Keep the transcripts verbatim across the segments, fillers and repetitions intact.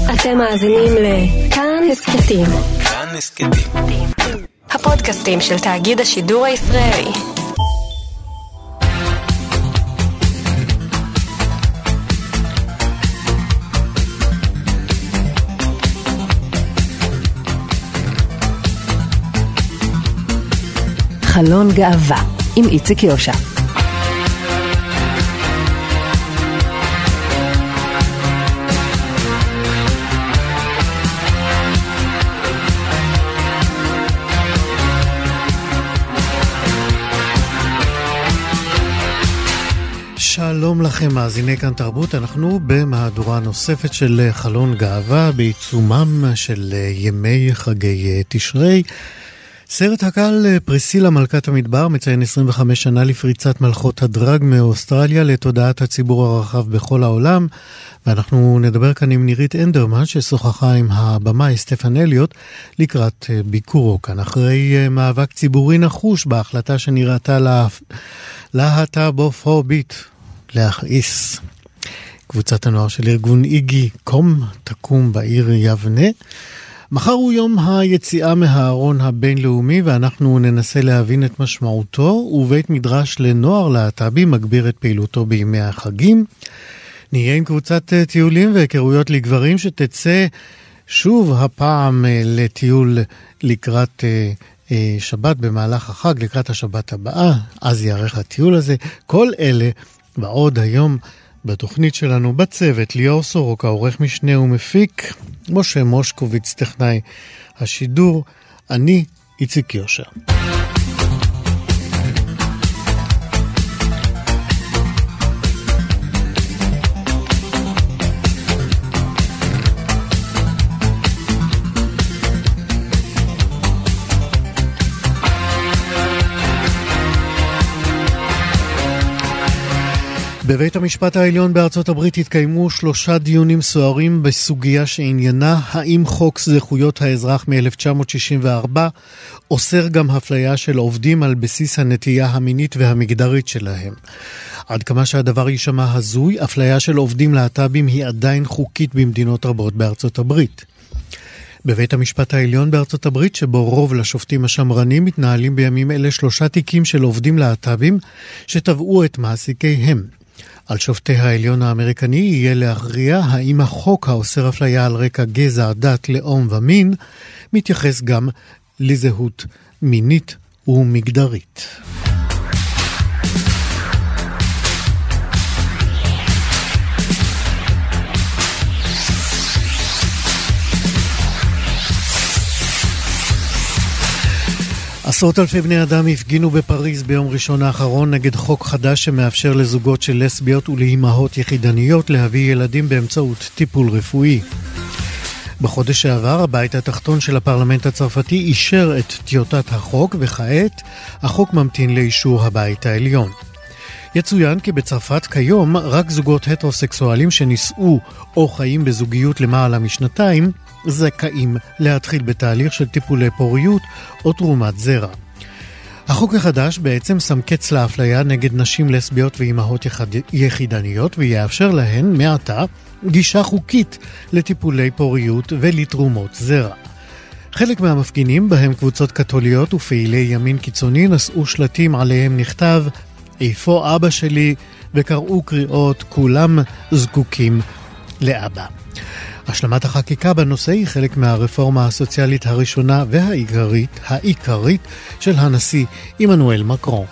אתם מאזינים לכאן הסקטים. כאן הסקטים. הפודקאסטים של תאגיד השידור הישראלי. חלון גאווה עם איציק יושע. שלום לכם מאזיני כאן תרבות, אנחנו במהדורה נוספת של חלון גאווה בעיצומם של ימי חגי תשרי. סרט הקהל פרסילה מלכת המדבר מציין עשרים וחמש שנה לפריצת מלכות הדרג מאוסטרליה לתודעת הציבור הרחב בכל העולם, ואנחנו נדבר כאן עם נירית אנדרמן ששוחחה עם הבמאי סטפן אליוט לקראת ביקורו כאן, אחרי מאבק ציבורי נחוש בהחלטה שנראתה לה... להט"בופובית להכעיס. קבוצת הנוער של ארגון איגי קום תקום בעיר יבנה. מחר הוא יום היציאה מהארון הבינלאומי, ואנחנו ננסה להבין את משמעותו, ובית מדרש לנוער להט"בי מגביר את פעילותו בימי החגים. נהיה עם קבוצת טיולים והיכרויות לגברים שתצא שוב הפעם לטיול לקראת שבת במהלך החג, לקראת השבת הבאה, אז יערך הטיול הזה. כל אלה ועוד היום בתוכנית שלנו בצוות, ליאור סורוקה, עורך משנה ומפיק, משה מושקוביץ, טכנאי השידור, אני איציק יושע. בבית המשפט העליון בארצות הברית התקיימו שלושה דיונים סוערים בסוגיה שעניינה האם חוק זכויות האזרח מ-אלף תשע מאות שישים וארבע אוסר גם הפליה של עובדים על בסיס הנטייה המינית והמגדרית שלהם. עד כמה שהדבר יישמע הזוי, הפליה של עובדים להט"בים היא עדיין חוקית במדינות רבות בארצות הברית. בבית המשפט העליון בארצות הברית, שבו רוב לשופטים השמרנים, מתנהלים בימים אלה שלושה תיקים של עובדים להט"בים שטבעו את מעסיקיהם. על שופטי העליון האמריקני יהיה להכריע האם החוק האוסר אפליה על רקע גזע, דת, לאום ומין מתייחס גם לזהות מינית ומגדרית. עשרות אלפי בני אדם הפגינו בפריז ביום ראשון האחרון נגד חוק חדש שמאפשר לזוגות של לסביות ולאימהות יחידניות להביא ילדים באמצעות טיפול רפואי. בחודש שעבר הבית התחתון של הפרלמנט הצרפתי אישר את טיוטת החוק, וכעת החוק ממתין לאישור הבית העליון. יצוין כי בצרפת כיום רק זוגות הטרוסקסואלים שנישאו או חיים בזוגיות למעלה משנתיים זכאים להתחיל בתהליך של טיפולי פוריות או תרומת זרע. החוק החדש בעצם שם קץ לאפליה נגד נשים לסביות ואימהות יחידניות, ויאפשר להן מעתה גישה חוקית לטיפולי פוריות ולתרומות זרע. חלק מהמפגינים, בהם קבוצות קתוליות ופעילי ימין קיצוני, נשאו שלטים עליהם נכתב איפה אבא שלי, וקראו קריאות כולם זקוקים לאבא. השלמת החקיקה בנושא היא חלק מהרפורמה הסוציאלית הראשונה והעיקרית העיקרית של הנשיא עמנואל מקרון.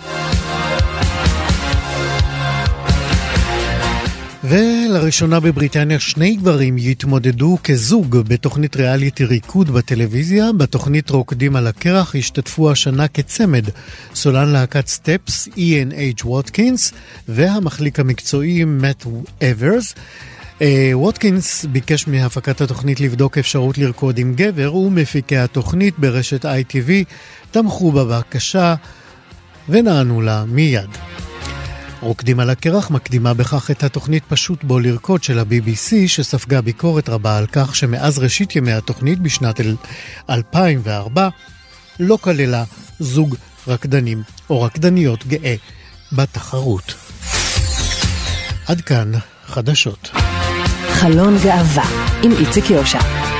ולראשונה בבריטניה שני גברים יתמודדו כזוג בתוכנית ריאליטי ריקוד בטלוויזיה. בתוכנית רוקדים על הקרח השתתפו השנה כצמד סולן להקת סטפס איאן אייץ' ווטקינס והמחליק המקצועי מאט אברס. ווטקינס ביקש מהפקת התוכנית לבדוק אפשרות לרקוד עם גבר, ומפיקי התוכנית ברשת איי טי וי תמכו בבקשה ונענו לה מיד. רוקדים על הקרח מקדימה בכך את התוכנית פשוט בו לרקוד של ה-בי בי סי, שספגה ביקורת רבה על כך שמאז ראשית ימי התוכנית בשנת אלפיים וארבע לא כללה זוג רקדנים או רקדניות גאה בתחרות. עד כאן חדשות. חלון גאווה עם איציק יושע.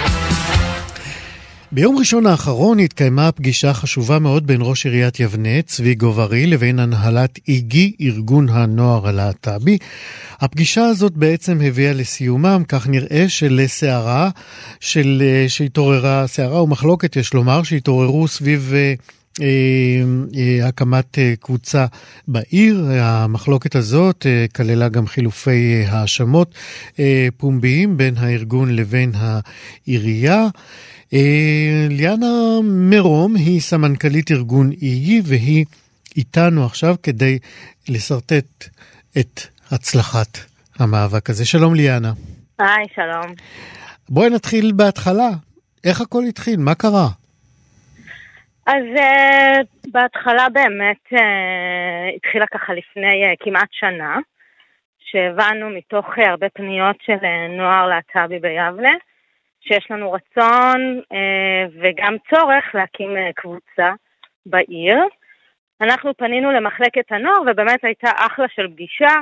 ביום ראשון האחרון התקיימה פגישה חשובה מאוד בין ראש עיריית יבנה, צבי גוברי, לבין הנהלת איגי, ארגון הנוער הלהט"בי. הפגישה הזאת בעצם הביאה לסיומם, כך נראה, של סערה, של, שהתעוררה, סערה ומחלוקת, יש לומר, שהתעוררו סביב אה, אה, הקמת אה, קבוצה בעיר. המחלוקת הזאת אה, כללה גם חילופי אה, האשמות אה, פומביים בין הארגון לבין העירייה. ליאנה מרום היא סמנכ"לית ארגון איגי, והיא איתנו עכשיו כדי לסרטט את הצלחת המאבק הזה. שלום ליאנה. היי, שלום. בואי נתחיל בהתחלה. איך הכל התחיל? מה קרה? אז uh, בהתחלה באמת uh, התחילה ככה לפני uh, כמעט שנה, שהבנו מתוך uh, הרבה פניות של uh, נוער להט"בי ביבנה, שיש לנו רצון אה, וגם צורך להקים אה, קבוצה בעיר. אנחנו פנינו למחלקת הנוער, ובאמת הייתה אחלה של פגישה,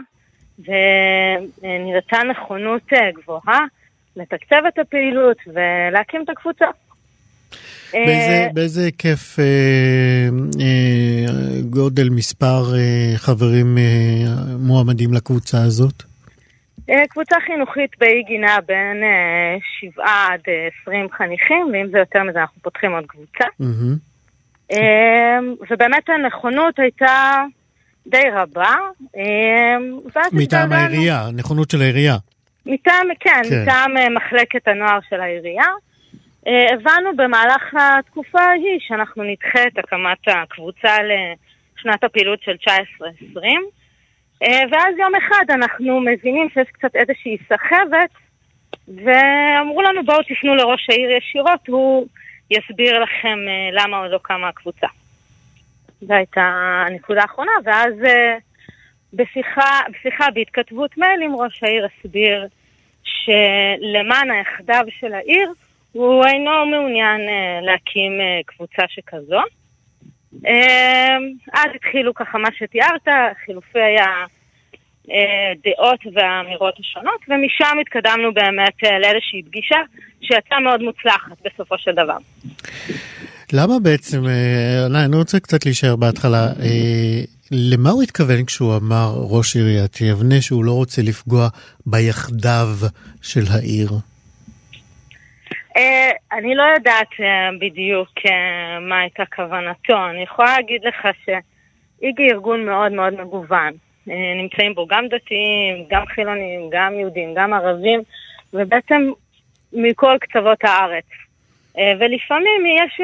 ונראתה נכונות אה, גבוהה לתקצב את הפעילות ולהקים את הקבוצה. באיזה, באיזה היקף אה, אה, גודל מספר אה, חברים אה, מועמדים לקבוצה הזאת? קבוצה חינוכית באיגי נעה בין שבעה עד עשרים חניכים, ואם זה יותר מזה אנחנו פותחים עוד קבוצה. Mm-hmm. ובאמת הנכונות הייתה די רבה. מטעם העירייה, הנכונות של העירייה. מטעם, כן, כן. מטעם מחלקת הנוער של העירייה. הבנו במהלך התקופה ההיא שאנחנו נדחה את הקמת הקבוצה לשנת הפעילות של תשע עשרה עשרים. ואז יום אחד אנחנו מבינים שיש קצת איזושהי סחבת, ואמרו לנו בואו תפנו לראש העיר ישירות, הוא יסביר לכם למה עוד לא קמה הקבוצה. זו הייתה הנקודה האחרונה, ואז בשיחה, בשיחה בהתכתבות מייל עם ראש העיר הסביר שלמען היחדיו של העיר, הוא אינו מעוניין להקים קבוצה שכזו. אז התחילו ככה מה שתיארת, חילופי הדעות והאמירות השונות, ומשם התקדמנו באמת לאיזושהי פגישה שיצאה מאוד מוצלחת בסופו של דבר. למה בעצם, אני רוצה קצת להישאר בהתחלה, למה הוא התכוון כשהוא אמר ראש עיריית יבנה שהוא לא רוצה לפגוע ביחדיו של העיר? אני לא יודעת בדיוק מה הייתה כוונתו. אני יכולה להגיד לך שאיגי ארגון מאוד מאוד מגוון. נמצאים בו גם דתיים, גם חילונים, גם יהודים, גם ערבים, ובעצם מכל קצוות הארץ. ולפעמים יש,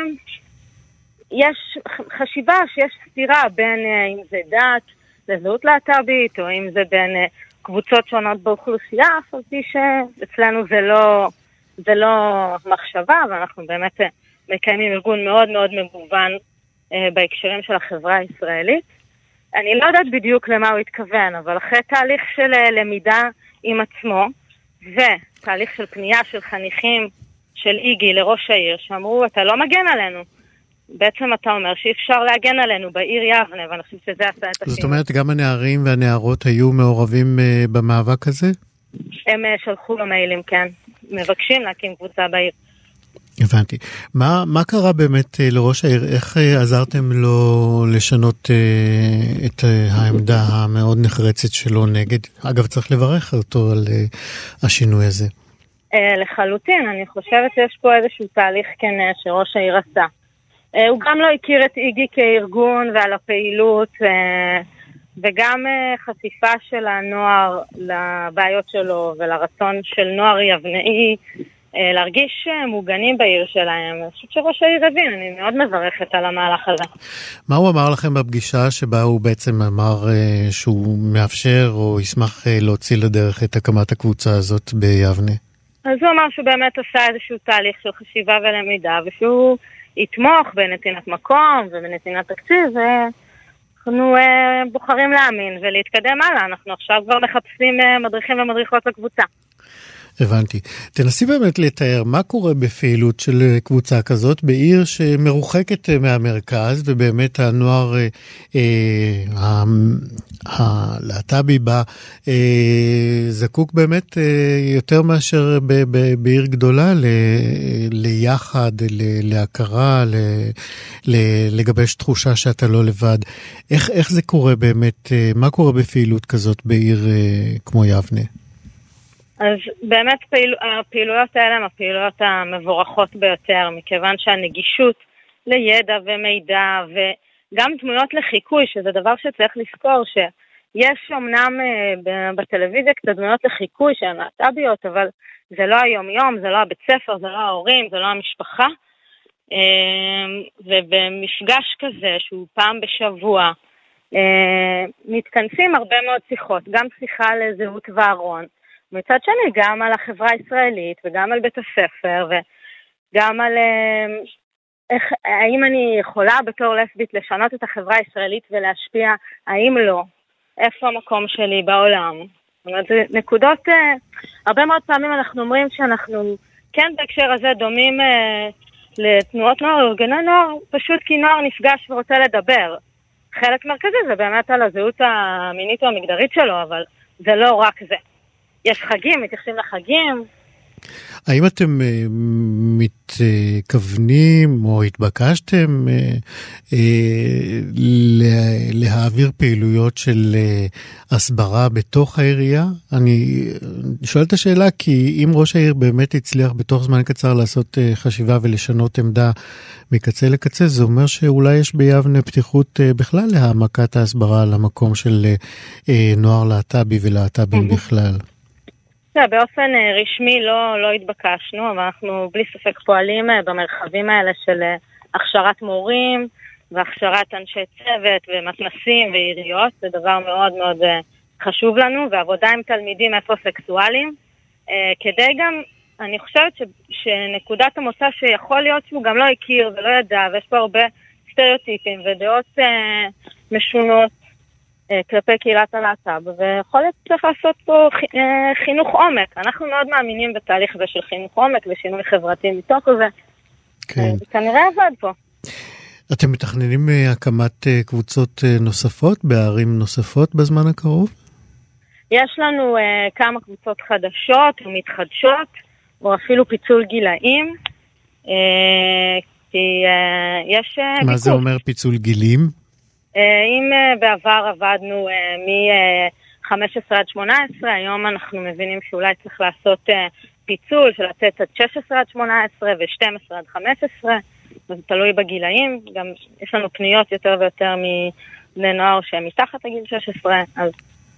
יש חשיבה שיש סתירה בין אם זה דת לזהות להט"בית, או אם זה בין קבוצות שונות באוכלוסייה, אף על פי שאצלנו זה לא... זה לא מחשבה, ואנחנו באמת מקיימים ארגון מאוד מאוד מגוון אה, בהקשרים של החברה הישראלית. אני לא יודעת בדיוק למה הוא התכוון, אבל אחרי תהליך של אה, למידה עם עצמו, ותהליך של פנייה של חניכים של איגי לראש העיר, שאמרו, אתה לא מגן עלינו. בעצם אתה אומר שאי אפשר להגן עלינו בעיר יבנה, ואני חושבת שזה עשה את השינוי. זאת אומרת, גם הנערים והנערות היו מעורבים אה, במאבק הזה? הם אה, שלחו לו מיילים, כן. מבקשים להקים קבוצה בעיר. הבנתי. מה, מה קרה באמת לראש העיר? איך עזרתם לו לשנות אה, את העמדה המאוד נחרצת שלו נגד? אגב, צריך לברך אותו על אה, השינוי הזה. אה, לחלוטין. אני חושבת שיש פה איזשהו תהליך כן שראש העיר עשה. אה, הוא גם לא הכיר את איגי כארגון ועל הפעילות, אה, וגם uh, חשיפה של הנוער לבעיות שלו ולרצון של נוער יבנאי uh, להרגיש uh, מוגנים בעיר שלהם. אני חושבת שראש העיר הבין, אני מאוד מברכת על המהלך הזה. מה הוא אמר לכם בפגישה שבה הוא בעצם אמר uh, שהוא מאפשר או ישמח uh, להוציא לדרך את הקמת הקבוצה הזאת ביבנה? אז הוא אמר שהוא באמת עשה איזשהו תהליך של חשיבה ולמידה, ושהוא יתמוך בנתינת מקום ובנתינת תקציב, ו... אנחנו uh, בוחרים להאמין ולהתקדם הלאה. אנחנו עכשיו כבר מחפשים uh, מדריכים ומדריכות לקבוצה. הבנתי. תנסי באמת לתאר מה קורה בפעילות של קבוצה כזאת בעיר שמרוחקת מהמרכז, ובאמת הנוער אה, הלהט"בי בה אה, זקוק באמת אה, יותר מאשר ב, ב, בעיר גדולה ל, ליחד, ל, להכרה, ל, ל, לגבש תחושה שאתה לא לבד. איך, איך זה קורה באמת, אה, מה קורה בפעילות כזאת בעיר אה, כמו יבנה? אז באמת פעיל, הפעילויות האלה הן הפעילויות המבורכות ביותר, מכיוון שהנגישות לידע ומידע וגם דמויות לחיקוי, שזה דבר שצריך לזכור, שיש אמנם בטלוויזיה קצת דמויות לחיקוי שהן להט"ביות, אבל זה לא היום יום, זה לא הבית ספר, זה לא ההורים, זה לא המשפחה, ובמפגש כזה שהוא פעם בשבוע, מתכנסים הרבה מאוד שיחות, גם שיחה לזהות וארון, מצד שני, גם על החברה הישראלית, וגם על בית הספר, וגם על איך, האם אני יכולה בתור לסבית לשנות את החברה הישראלית ולהשפיע, האם לא, איפה המקום שלי בעולם. זאת אומרת, נקודות, הרבה מאוד פעמים אנחנו אומרים שאנחנו, כן בהקשר הזה דומים לתנועות נוער, ארגוני נוער, פשוט כי נוער נפגש ורוצה לדבר. חלק מרכזי זה באמת על הזהות המינית או המגדרית שלו, אבל זה לא רק זה. יש חגים, מתייחסים לחגים. האם אתם uh, מתכוונים או התבקשתם uh, uh, לה, להעביר פעילויות של uh, הסברה בתוך העירייה? אני שואל את השאלה כי אם ראש העיר באמת הצליח בתוך זמן קצר לעשות uh, חשיבה ולשנות עמדה מקצה לקצה, זה אומר שאולי יש ביבנה פתיחות uh, בכלל להעמקת ההסברה על המקום של uh, נוער להט"בי ולהט"בים בכלל. באופן רשמי לא, לא התבקשנו, אבל אנחנו בלי ספק פועלים במרחבים האלה של הכשרת מורים והכשרת אנשי צוות ומתנסים ועיריות. זה דבר מאוד מאוד חשוב לנו, ועבודה עם תלמידים אפרוסקסואלים, כדי גם, אני חושבת ש, שנקודת המוצא שיכול להיות שהוא גם לא הכיר ולא ידע, ויש פה הרבה סטריאוטיפים ודעות משונות, כלפי קהילת הלהט"ב, ויכול להיות צריך לעשות פה חינוך עומק. אנחנו מאוד מאמינים בתהליך הזה של חינוך עומק ושינוי חברתי מתוך זה. כן. זה כנראה עבד פה. אתם מתכננים הקמת קבוצות נוספות בערים נוספות בזמן הקרוב? יש לנו uh, כמה קבוצות חדשות ומתחדשות, או אפילו פיצול גילאים. Uh, כי uh, יש... Uh, מה זה אומר פיצול גילים? אם בעבר עבדנו מ-חמש עשרה עד שמונה עשרה, היום אנחנו מבינים שאולי צריך לעשות פיצול של לצאת עד שש עשרה עד שמונה עשרה ו-שתים עשרה עד חמש עשרה, וזה תלוי בגילאים. גם יש לנו פניות יותר ויותר מבני נוער שהם מתחת לגיל שש עשרה, אז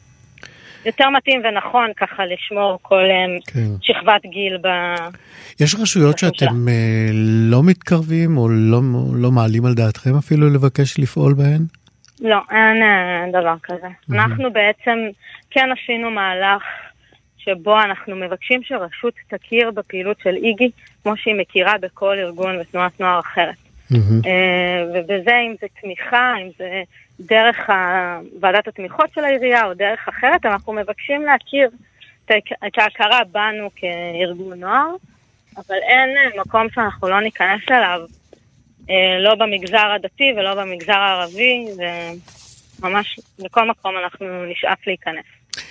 יותר מתאים ונכון ככה לשמור כל כן. שכבת גיל ב... יש רשויות שאתם לא מתקרבים או לא, לא מעלים על דעתכם אפילו לבקש לפעול בהן? לא, אין דבר כזה. Mm-hmm. אנחנו בעצם כן עשינו מהלך שבו אנחנו מבקשים שרשות תכיר בפעילות של איגי, כמו שהיא מכירה בכל ארגון ותנועת נוער אחרת. Mm-hmm. ובזה אם זה תמיכה, אם זה דרך ועדת התמיכות של העירייה או דרך אחרת, אנחנו מבקשים להכיר את ההכרה בנו כארגון נוער, אבל אין מקום שאנחנו לא ניכנס אליו, לא במגזר הדתי ולא במגזר הערבי, וממש בכל מקום אנחנו נשאף להיכנס.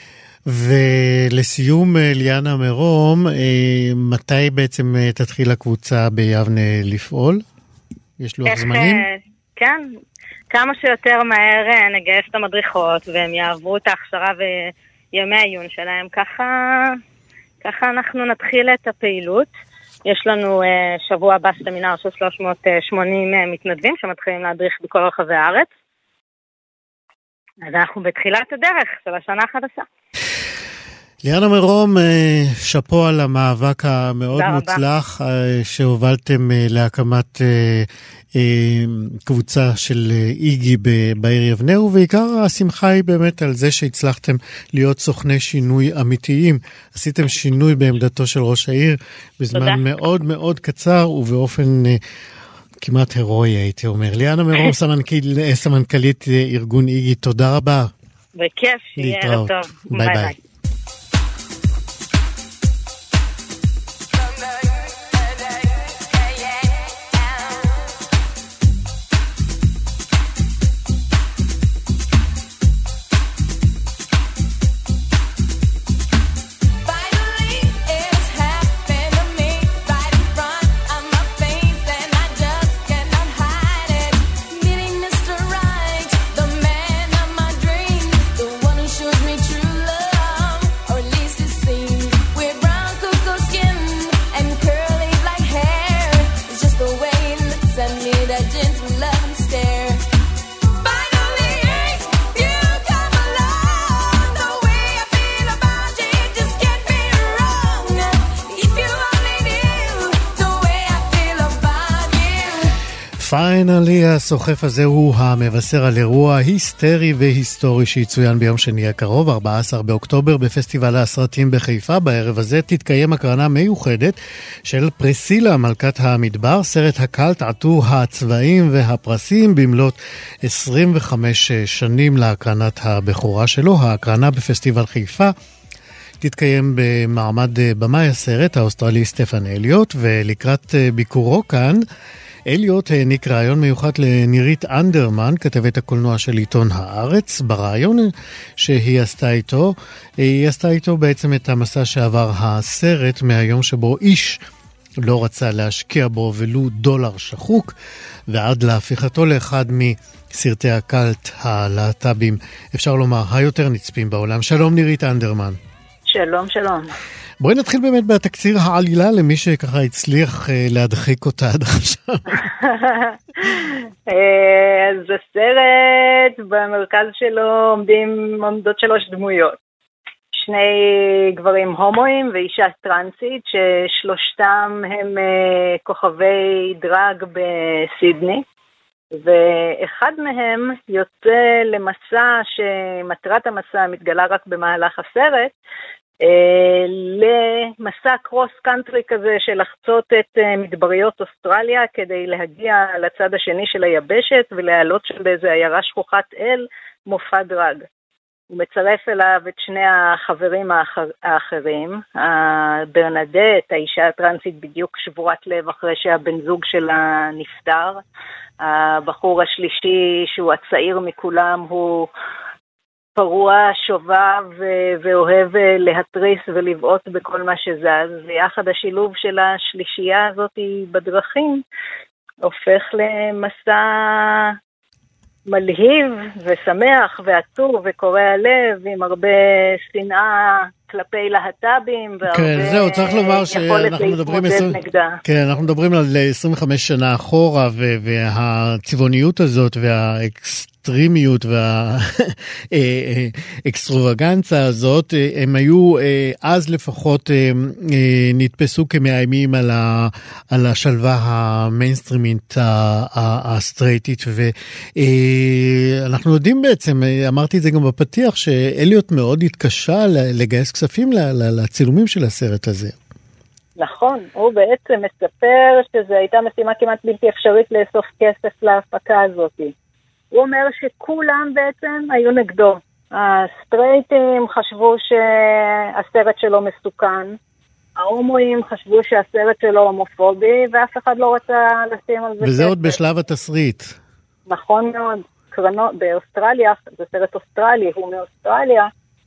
ולסיום, ליאנה מרום, מתי בעצם תתחיל הקבוצה ביבנה לפעול? יש לוח זמנים? כן, כמה שיותר מהר נגייס את המדריכות והם יעברו את ההכשרה וימי העיון שלהם, ככה, ככה אנחנו נתחיל את הפעילות. יש לנו שבוע הבא סמינר של שלוש מאות ושמונים מתנדבים שמתחילים להדריך בכל רחבי הארץ. אז אנחנו בתחילת הדרך של השנה החדשה. ליאנה מרום, שפו על המאבק המאוד מוצלח שהובלתם להקמת קבוצה של איגי בעיר יבנה, ובעיקר השמחה היא באמת על זה שהצלחתם להיות סוכני שינוי אמיתיים. עשיתם שינוי בעמדתו של ראש העיר בזמן תודה. מאוד מאוד קצר ובאופן כמעט הרואי, הייתי אומר. ליאנה מרום, סמנכ"ל, סמנכ"לית ארגון איגי, תודה רבה. בכיף, שיהיה ערב טוב. ביי ביי. פיינלי, הסוחף הזה הוא המבשר על אירוע היסטרי והיסטורי שיצוין ביום שני הקרוב, ארבעה עשר באוקטובר, בפסטיבל הסרטים בחיפה. בערב הזה תתקיים הקרנה מיוחדת של פרסילה, מלכת המדבר, סרט הקלט עטו הצבעים והפרסים במלאת עשרים וחמש שנים להקרנת הבכורה שלו. ההקרנה בפסטיבל חיפה תתקיים במעמד במאי הסרט האוסטרלי סטפן אליוט, ולקראת ביקורו כאן אליוט העניק רעיון מיוחד לנירית אנדרמן, כתבת הקולנוע של עיתון הארץ. ברעיון שהיא עשתה איתו, היא עשתה איתו בעצם את המסע שעבר הסרט מהיום שבו איש לא רצה להשקיע בו ולו דולר שחוק, ועד להפיכתו לאחד מסרטי הקלט הלהט"בים, אפשר לומר, היותר נצפים בעולם. שלום נירית אנדרמן. שלום, שלום. בואי נתחיל באמת בתקציר העלילה למי שככה הצליח להדחיק אותה עד עכשיו. אז הסרט, במרכז שלו עומדים, עומדות שלוש דמויות. שני גברים הומואים ואישה טרנסית, ששלושתם הם כוכבי דרג בסידני. ואחד מהם יוצא למסע שמטרת המסע מתגלה רק במהלך הסרט, למסע קרוס קאנטרי כזה של לחצות את מדבריות אוסטרליה כדי להגיע לצד השני של היבשת ולהעלות שם באיזה עיירה שכוחת אל מופע דרג. הוא מצרף אליו את שני החברים האחר, האחרים, ברנדט, האישה הטרנסית בדיוק שבורת לב אחרי שהבן זוג שלה נפטר, הבחור השלישי שהוא הצעיר מכולם הוא פרוע, שובב ואוהב להטריס ולבעוט בכל מה שזז, ויחד השילוב של השלישייה הזאת בדרכים הופך למסע מלהיב ושמח ועצוב וקורע לב, עם הרבה שנאה כלפי להט"בים, כן, זהו, צריך לומר שאנחנו מדברים כן, אנחנו מדברים על עשרים וחמש שנה אחורה, והצבעוניות הזאת והאקסטרימיות והאקסטרווגנציה הזאת, הם היו אז לפחות נתפסו כמאיימים על השלווה המיינסטרימית הסטרייטית, ואנחנו יודעים בעצם, אמרתי את זה גם בפתיח, שאליוט מאוד התקשה לגייס כספים לצילומים של הסרט הזה. נכון, הוא בעצם מספר שזו הייתה משימה כמעט בלתי אפשרית לאסוף כסף להפקה הזאת. הוא אומר שכולם בעצם היו נגדו. הסטרייטים חשבו שהסרט שלו מסוכן, ההומואים חשבו שהסרט שלו הומופובי, ואף אחד לא רצה לשים על זה כסף. וזה עוד בשלב התסריט. נכון מאוד. קרנות, באוסטרליה, זה סרט אוסטרלי, הוא מאוסטרליה,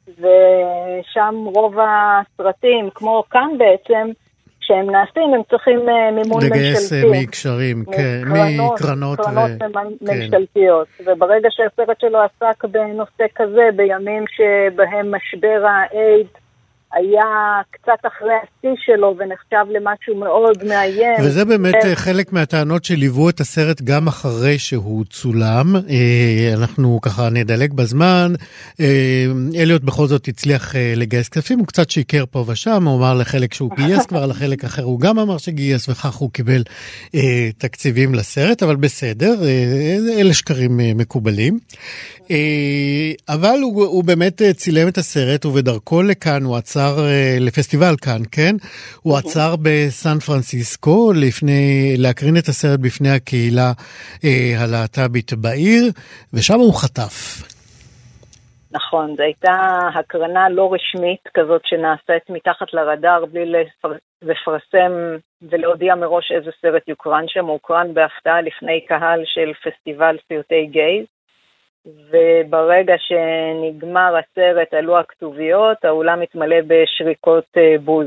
ושם רוב הסרטים, כמו כאן בעצם, כשהם נעשים, הם צריכים מימון ממשלתי. לגייס מקשרים, כן, מקרנות ממשלתיות. וברגע שהסרט שלו עסק בנושא כזה, בימים שבהם משבר האייד היה קצת אחרי השיא שלו ונחשב למשהו מאוד מאיים. וזה באמת חלק מהטענות שליוו את הסרט גם אחרי שהוא צולם. אנחנו ככה נדלק בזמן. אליוט בכל זאת הצליח לגייס כספים, הוא קצת שיקר פה ושם, הוא אמר לחלק שהוא גייס כבר, לחלק אחר הוא גם אמר שגייס, וכך הוא קיבל תקציבים לסרט, אבל בסדר, אלה שקרים מקובלים. אבל הוא, הוא באמת צילם את הסרט, ובדרכו לכאן הוא עצר לפסטיבל כאן, כן? הוא עצר בסן פרנסיסקו לפני, להקרין את הסרט בפני הקהילה הלהט"בית בעיר, ושם הוא חטף. נכון, זו הייתה הקרנה לא רשמית כזאת שנעשית מתחת לרדאר בלי לפר... לפרסם ולהודיע מראש איזה סרט יוקרן שם. הוא הוקרן בהפתעה לפני קהל של פסטיבל סרטי גייז, וברגע שנגמר הסרט עלו הכתוביות, האולם מתמלא בשריקות בוז.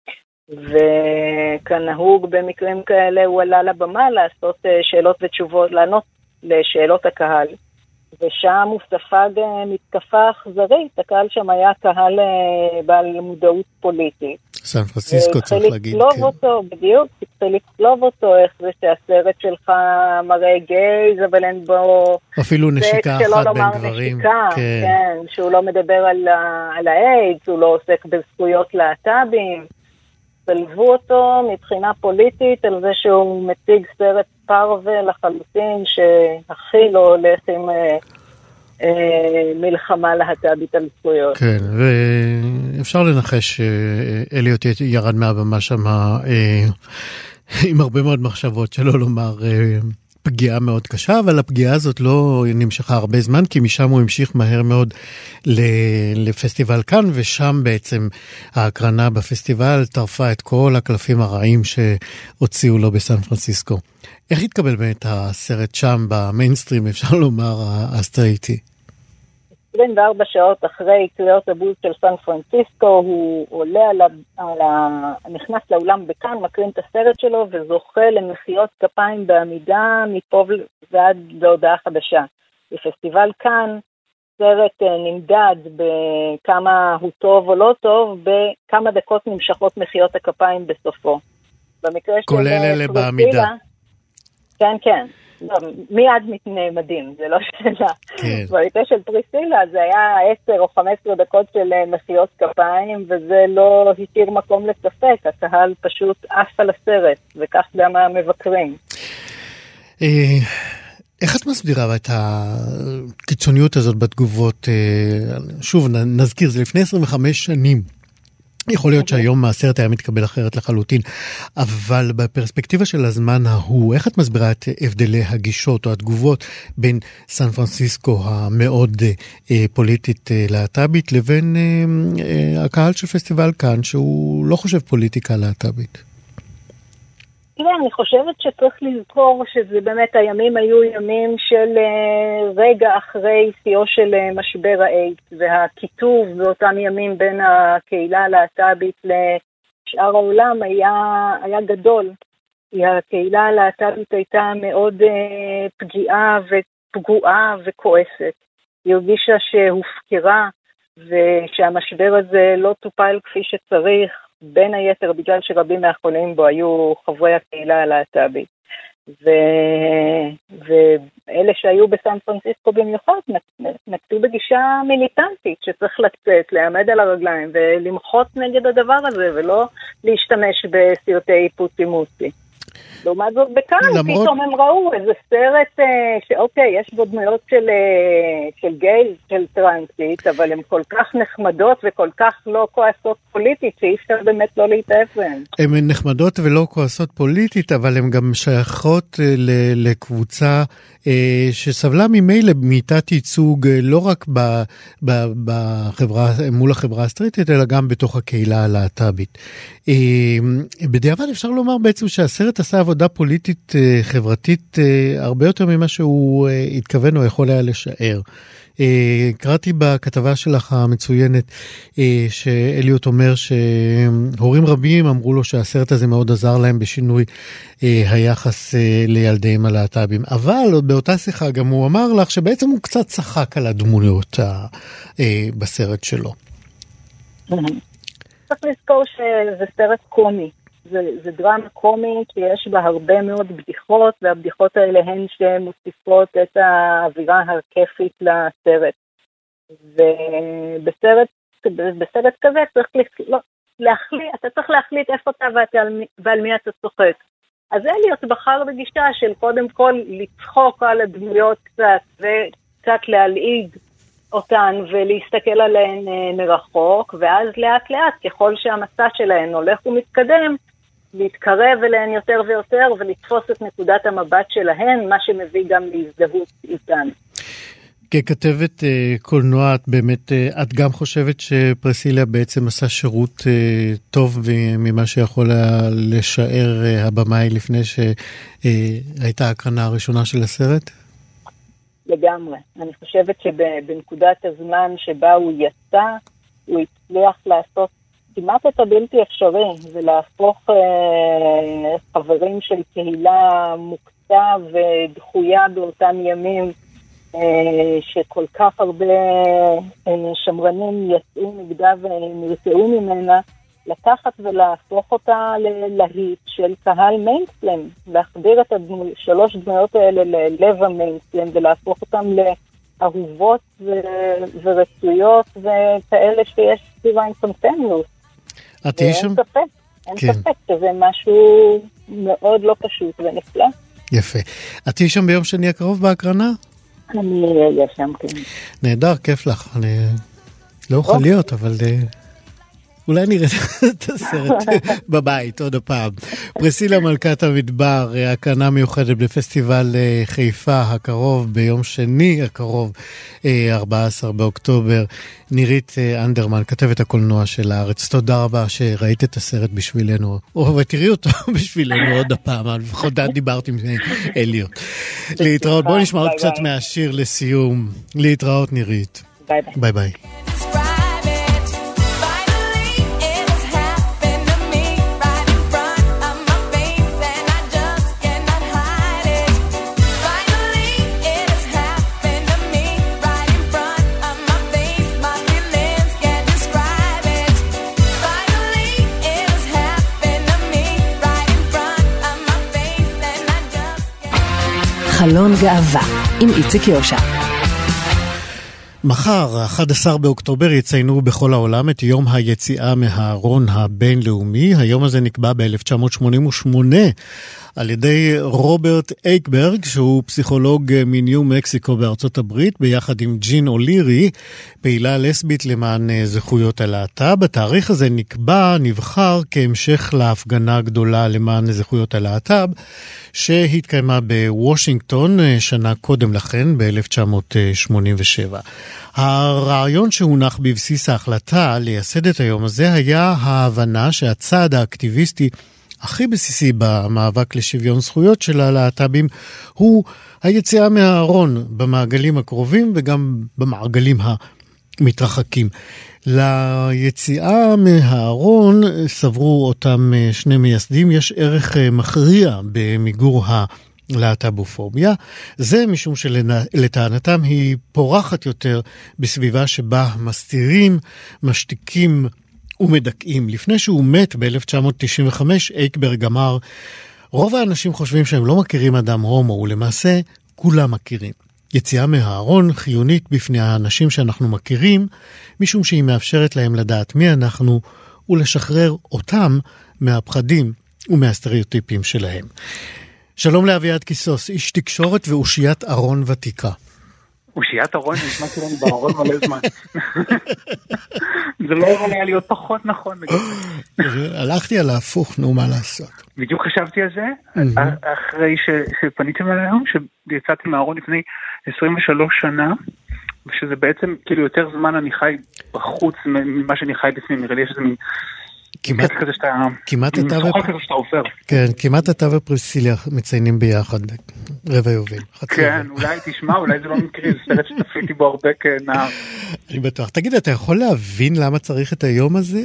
וכנהוג במקרים כאלה הוא עלה לבמה לעשות שאלות ותשובות, לענות לשאלות הקהל. ושם הוא ספג מתקפה אכזרית, הקהל שם היה קהל בעל מודעות פוליטית. סן פרנסיסקו צריך להגיד. צריך לצלוב אותו, בדיוק, צריך לצלוב אותו, איך זה שהסרט שלך מראה גייז, אבל אין בו... אפילו נשיקה אחת בין גברים. נשיקה, כן. כן, שהוא לא מדבר על, על האיידס, הוא לא עוסק בזכויות להט"בים. צלבו אותו מבחינה פוליטית על זה שהוא מציג סרט פרווה לחלוטין שהכי לא הולך עם אה, אה, מלחמה להט"בית על זכויות. כן, ואפשר לנחש שאליוט ירד מהבמה שם אה, עם הרבה מאוד מחשבות, שלא לומר אה, פגיעה מאוד קשה, אבל הפגיעה הזאת לא נמשכה הרבה זמן, כי משם הוא המשיך מהר מאוד לפסטיבל כאן, ושם בעצם ההקרנה בפסטיבל טרפה את כל הקלפים הרעים שהוציאו לו בסן פרנסיסקו. איך התקבל באמת הסרט שם במיינסטרים, אפשר לומר, הסטרייטי? עשרים וארבע שעות אחרי קריאות הבוז של סן פרנסיסקו, הוא עולה על ה... על ה... נכנס לאולם בכאן, מקרין את הסרט שלו, וזוכה למחיאות כפיים בעמידה מפה ועד להודעה חדשה. בפסטיבל כאן, סרט נמדד בכמה הוא טוב או לא טוב, בכמה דקות נמשכות מחיאות הכפיים בסופו. במקרה של כולל אלה בעמידה. כן, כן. לא, מיד מתנעמדים, זה לא שאלה. כן. במקרה של פריסילה זה היה עשר או חמש עשרה דקות של מחיאות כפיים, וזה לא השאיר מקום לספק, הקהל פשוט עף על הסרט, וכך גם המבקרים. איך את מסבירה את הקיצוניות הזאת בתגובות? שוב, נזכיר, זה לפני עשרים וחמש שנים. יכול להיות שהיום הסרט היה מתקבל אחרת לחלוטין, אבל בפרספקטיבה של הזמן ההוא, איך את מסבירה את הבדלי הגישות או התגובות בין סן פרנסיסקו המאוד אה, פוליטית אה, להט"בית, לבין אה, אה, הקהל של פסטיבל כאן, שהוא לא חושב פוליטיקה להט"בית? תראה, אני חושבת שצריך לזכור שזה באמת הימים היו ימים של רגע אחרי שיאו של משבר האיידס, והכיתוב באותם ימים בין הקהילה הלהט"בית לשאר העולם היה, היה גדול. הקהילה הלהט"בית הייתה מאוד פגיעה ופגועה וכועסת. היא הרגישה שהופקרה ושהמשבר הזה לא טופל כפי שצריך, בין היתר בגלל שרבים מהחולים בו היו חברי הקהילה הלהט"בית. ו... ואלה שהיו בסן פרנסיסקו במיוחד נקטו בגישה מיליטנטית שצריך לצאת, לעמד על הרגליים ולמחות נגד הדבר הזה ולא להשתמש בסרטי פוצי מוצי. לעומת זאת בכאן, למרות... פתאום הם ראו איזה סרט אה, שאוקיי, יש בו דמויות של, אה, של גייז, של טרנסית, אבל הן כל כך נחמדות וכל כך לא כועסות פוליטית, שאי אפשר באמת לא להתאהב בהן. הן נחמדות ולא כועסות פוליטית, אבל הן גם שייכות אה, ל- לקבוצה אה, שסבלה ממילא מתת ייצוג, אה, לא רק ב, ב, בחברה, מול החברה הסטריטית, אלא גם בתוך הקהילה הלהט"בית. אה, בדיעבד אפשר לומר בעצם שהסרט עשה עבודה פוליטית חברתית הרבה יותר ממה שהוא התכוון או יכול היה לשער. קראתי בכתבה שלך המצוינת שאליוט אומר שהורים רבים אמרו לו שהסרט הזה מאוד עזר להם בשינוי היחס לילדיהם הלהט"בים, אבל באותה שיחה גם הוא אמר לך שבעצם הוא קצת צחק על הדמויות בסרט שלו. צריך לזכור שזה סרט קומי. זה, זה דרמה קומית שיש בה הרבה מאוד בדיחות, והבדיחות האלה הן שמוסיפות את האווירה הכיפית לסרט. ובסרט בסרט כזה צריך לא, להחליט, אתה צריך להחליט איפה אתה ועל, ועל מי אתה צוחק. אז אליוט בחר בגישה של קודם כל לצחוק על הדמויות קצת, וקצת להלעיג אותן ולהסתכל עליהן מרחוק, ואז לאט לאט ככל שהמסע שלהן הולך ומתקדם, להתקרב אליהן יותר ויותר ולתפוס את נקודת המבט שלהן, מה שמביא גם להזדהות איתן. ככתבת קולנוע, את באמת, את גם חושבת שפרסיליה בעצם עשה שירות טוב ממה שיכול לשער הבמאי לפני שהייתה הקרנה הראשונה של הסרט? לגמרי. אני חושבת שבנקודת הזמן שבה הוא יצא, הוא הצליח לעשות כמעט את הבלתי אפשרי, ולהפוך אה, חברים של קהילה מוקצה ודחויה באותם ימים, אה, שכל כך הרבה אה, שמרנים יצאו נגדה ונרתעו ממנה, לקחת ולהפוך אותה ללהיט של קהל מיינסטרים, להחדיר את הדמו, שלוש דמויות האלה ללב המיינסטרים, ולהפוך אותם לאהובות ו- ורצויות וכאלה שיש סביבה עם קונטניות. את תהי שם, אין כן. ספק שזה משהו מאוד לא פשוט ונפלא. יפה. את תהיי שם ביום שני הקרוב בהקרנה? אני אהיה שם, כן. נהדר, כיף לך. אני לא אוכל להיות, אבל אולי נראה את הסרט בבית עוד הפעם. פרסילה מלכת המדבר, הקרנה מיוחדת בפסטיבל חיפה הקרוב, ביום שני הקרוב, ארבעה עשר באוקטובר. נירית אנדרמן, כתבת הקולנוע של הארץ, תודה רבה שראית את הסרט בשבילנו, או ותראי אותו בשבילנו עוד הפעם, לפחות דיברתי עם אליוט. להתראות, בואו נשמע עוד קצת מהשיר לסיום. להתראות נירית. ביי ביי. ביי ביי. חלון גאווה עם איציק יושע. מחר, אחד עשר באוקטובר, יציינו בכל העולם את יום היציאה מהארון הבינלאומי. היום הזה נקבע ב-אלף תשע מאות שמונים ושמונה על ידי רוברט אייקברג, שהוא פסיכולוג מניו מקסיקו בארצות הברית, ביחד עם ג'ין אולירי, פעילה לסבית למען זכויות הלהט"ב. התאריך הזה נקבע, נבחר כהמשך להפגנה גדולה למען זכויות הלהט"ב, שהתקיימה בוושינגטון שנה קודם לכן, ב-אלף תשע מאות שמונים ושבע. הרעיון שהונח בבסיס ההחלטה לייסד את היום הזה היה ההבנה שהצעד האקטיביסטי הכי בסיסי במאבק לשוויון זכויות של הלהט"בים הוא היציאה מהארון במעגלים הקרובים וגם במעגלים המתרחקים. ליציאה מהארון סברו אותם שני מייסדים, יש ערך מכריע במיגור הלהט"בופוביה. זה משום שלטענתם היא פורחת יותר בסביבה שבה מסתירים, משתיקים ומדכאים. לפני שהוא מת ב-אלף תשע מאות תשעים וחמש, אייקברג אמר, רוב האנשים חושבים שהם לא מכירים אדם הומו, ולמעשה כולם מכירים. יציאה מהארון חיונית בפני האנשים שאנחנו מכירים, משום שהיא מאפשרת להם לדעת מי אנחנו, ולשחרר אותם מהפחדים ומהסטריאוטיפים שלהם. שלום לאביעד קיסוס, איש תקשורת ואושיית ארון ותיקה. אושיית ארון, נשמע כאילו אני בארון מלא זמן. זה לא יכול היה להיות פחות נכון. הלכתי על ההפוך, נו, מה לעשות? בדיוק חשבתי על זה, אחרי שפניתם על היום, שיצאתי מהארון לפני עשרים ושלוש שנה, ושזה בעצם, כאילו, יותר זמן אני חי בחוץ ממה שאני חי בפנים, נראה לי יש איזה מין... כמעט, כמעט אתה ו... כן, כמעט אתה ופרסילה מציינים ביחד רבע יובל. כן, אולי תשמע, אולי זה לא מקרי, זה סרט שתפיתי בו הרבה כנער. אני בטוח. תגיד, אתה יכול להבין למה צריך את היום הזה?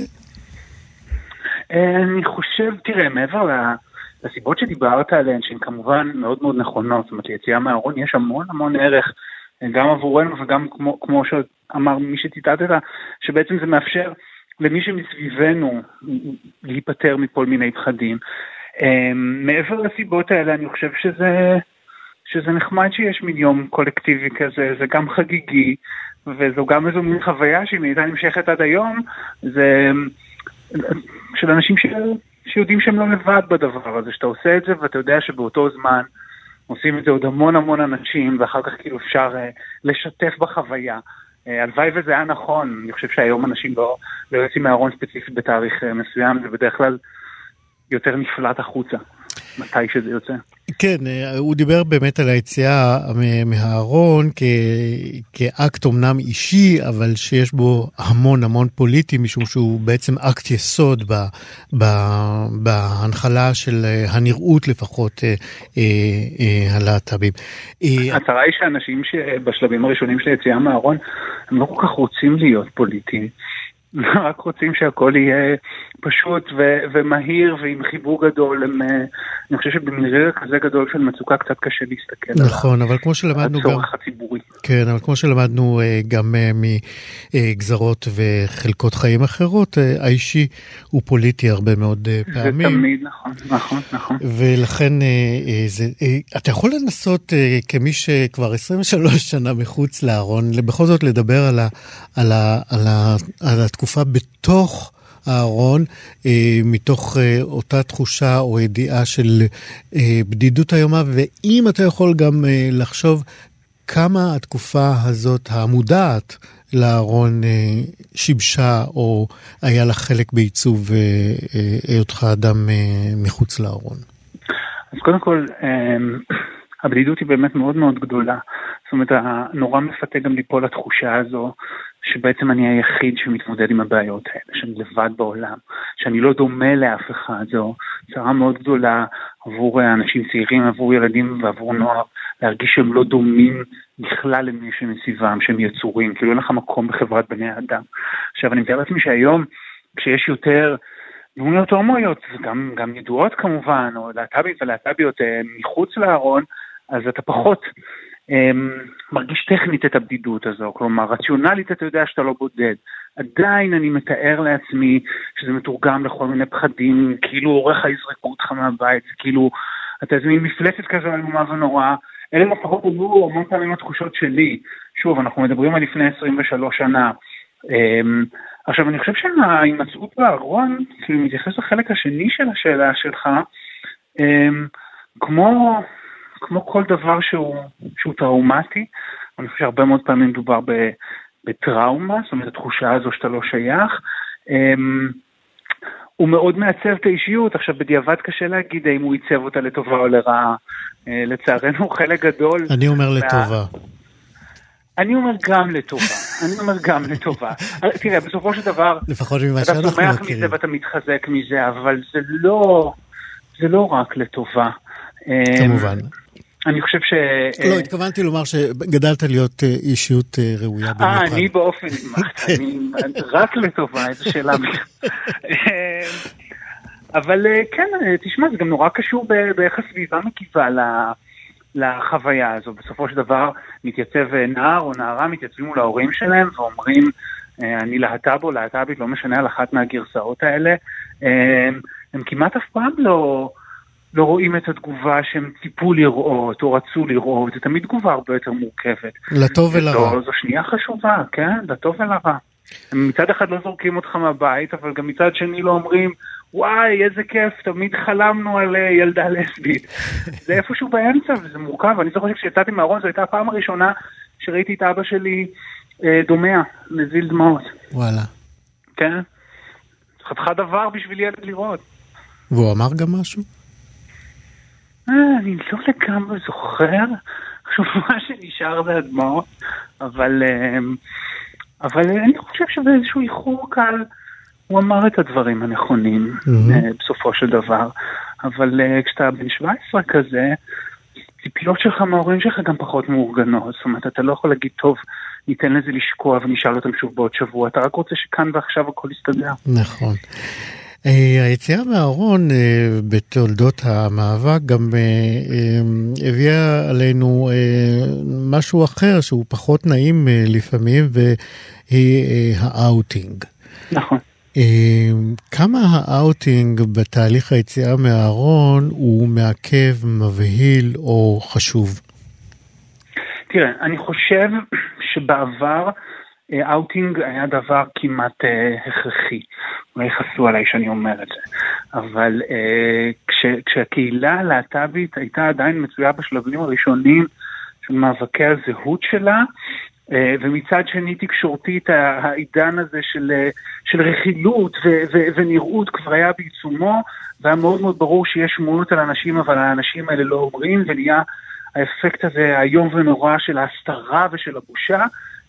אני חושב, תראה, מעבר לסיבות שדיברת עליהן, שהן כמובן מאוד מאוד נכונות, זאת אומרת, ליציאה מהארון יש המון המון ערך, גם עבורנו וגם כמו, כמו שאמר מי שציטטת, שבעצם זה מאפשר למי שמסביבנו להיפטר מכל מיני פחדים. מעבר לסיבות האלה, אני חושב שזה, שזה נחמד שיש מין יום קולקטיבי כזה, זה גם חגיגי, וזו גם איזו מין חוויה שהיא הייתה נמשכת עד היום, זה של אנשים ש... שיודעים שהם לא לבד בדבר הזה, שאתה עושה את זה ואתה יודע שבאותו זמן עושים את זה עוד המון המון אנשים, ואחר כך כאילו אפשר לשתף בחוויה. הלוואי וזה היה נכון, אני חושב שהיום אנשים לא, לא יוצאים מהארון ספציפית בתאריך מסוים, זה בדרך כלל יותר נפלט החוצה, מתי שזה יוצא. כן, הוא דיבר באמת על היציאה מהארון כ... כאקט אומנם אישי, אבל שיש בו המון המון פוליטי, משום שהוא בעצם אקט יסוד ב... ב... בהנחלה של הנראות לפחות אה, אה, הלהט"בים. הצרה היא שאנשים שבשלבים הראשונים של היציאה מהארון, הם לא כל כך רוצים להיות פוליטיים. רק רוצים שהכל יהיה פשוט ו- ומהיר ועם חיבור גדול. הם, אני חושב שבמנהר כזה גדול של מצוקה קצת קשה להסתכל נכון, אבל כמו שלמדנו גם, הצורך הציבורי. כן, אבל כמו שלמדנו גם מגזרות וחלקות חיים אחרות, האישי הוא פוליטי הרבה מאוד פעמים. זה תמיד, נכון, נכון, נכון. ולכן זה, אתה יכול לנסות כמי שכבר עשרים ושלוש שנה מחוץ לארון, בכל זאת לדבר על ה, על ה, על ה, על התקופה בתוך הארון, מתוך אותה תחושה או ידיעה של בדידות היומה, ואם אתה יכול גם לחשוב כמה התקופה הזאת המודעת לארון שיבשה או היה לך חלק בעיצוב היותך אדם מחוץ לארון. אז קודם כל, הבדידות היא באמת מאוד מאוד גדולה. זאת אומרת, נורא מפתה גם ליפול לתחושה הזו, שבעצם אני היחיד שמתמודד עם הבעיות האלה, שאני לבד בעולם, שאני לא דומה לאף אחד. זו צרה מאוד גדולה עבור אנשים צעירים, עבור ילדים ועבור נוער, להרגיש שהם לא דומים בכלל למי שמסביבם, שהם יצורים, כאילו אין לך מקום בחברת בני האדם. עכשיו, אני מתאר לעצמי שהיום, כשיש יותר דמויות הומואיות, גם, גם ידועות כמובן, או להט"בית ולהט"ביות מחוץ לארון, אז אתה פחות אמ, מרגיש טכנית את הבדידות הזו, כלומר, רציונלית אתה יודע שאתה לא בודד. עדיין אני מתאר לעצמי שזה מתורגם לכל מיני פחדים, כאילו עורך היזרקו אותך מהבית, כאילו, אתה איזה מין מפלצת כזו איומה ונורא. אלה לפחות היו המון פעמים התחושות שלי. שוב, אנחנו מדברים על לפני עשרים ושלוש שנה. אמ, עכשיו, אני חושב שההימצאות בארון, כאילו מתייחס לחלק השני של השאלה שלך, אמ, כמו, כמו כל דבר שהוא, שהוא טראומטי, אני חושב שהרבה מאוד פעמים מדובר ב, בטראומה, זאת אומרת, התחושה הזו שאתה לא שייך, אמ, הוא מאוד מעצב את האישיות. עכשיו, בדיעבד קשה להגיד אם הוא ייצב אותה לטובה או לרעה. לצערנו, חלק גדול... אני אומר לטובה. אני אומר גם לטובה. אני אומר גם לטובה. תראה, בסופו של דבר... לפחות ממה שאנחנו מכירים. אתה צומח מזה ואתה מתחזק מזה, אבל זה לא... זה לא רק לטובה. כמובן. אני חושב ש... לא, התכוונתי לומר שגדלת להיות אישיות ראויה במיוחד. אה, אני באופן... אני רק לטובה, איזו שאלה. אבל כן, תשמע, זה גם נורא קשור באיך הסביבה מקיבה לחוויה הזו. בסופו של דבר מתייצב נער או נערה, מתייצבים מול ההורים שלהם ואומרים, אני להט"ב או להט"בית, לא משנה על אחת מהגרסאות האלה. הם כמעט אף פעם לא... לא רואים את התגובה שהם ציפו לראות או רצו לראות, זה תמיד תגובה הרבה יותר מורכבת. לטוב ולרע. זו, זו שנייה חשובה, כן? לטוב ולרע. הם מצד אחד לא זורקים אותך מהבית, אבל גם מצד שני לא אומרים, וואי, איזה כיף, תמיד חלמנו על ילדה לסבית. זה איפשהו באמצע, וזה מורכב. אני זוכר כשיצאתי מהארון, זו הייתה הפעם הראשונה שראיתי את אבא שלי אה, דומע, נזיל דמעות. וואלה. כן? חתיכה דבר בשביל ילד לראות. והוא אמר גם משהו? אני לא לגמרי זוכר, חשוב מה שנשאר זה הדמעות, אבל, אבל אני חושב שבאיזשהו איחור קל הוא אמר את הדברים הנכונים mm-hmm. בסופו של דבר, אבל כשאתה בן שבע עשרה כזה, ציפיות שלך מההורים שלך גם פחות מאורגנות, זאת אומרת, אתה לא יכול להגיד, טוב, ניתן לזה לשקוע ונשאל אותם שוב בעוד שבוע, אתה רק רוצה שכאן ועכשיו הכל יסתדר. נכון. היציאה מהארון בתולדות המאבק גם הביאה עלינו משהו אחר שהוא פחות נעים לפעמים, והיא האוטינג. נכון. כמה האוטינג בתהליך היציאה מהארון הוא מעכב, מבהיל או חשוב? תראה, אני חושב שבעבר אאוטינג היה דבר כמעט הכרחי. אולי יחסו עליי שאני אומר את זה. אבל כש, כשהקהילה הלהט"בית הייתה עדיין מצויה בשלבים הראשונים של מאבקי הזהות שלה, ומצד שני תקשורתית העידן הזה של, של רכילות ו, ו, ונראות כבר היה בעיצומו, והיה מאוד מאוד ברור שיש שמועות על אנשים, אבל האנשים האלה לא אומרים, ונהיה האפקט הזה היום ונורא של ההסתרה ושל הבושה.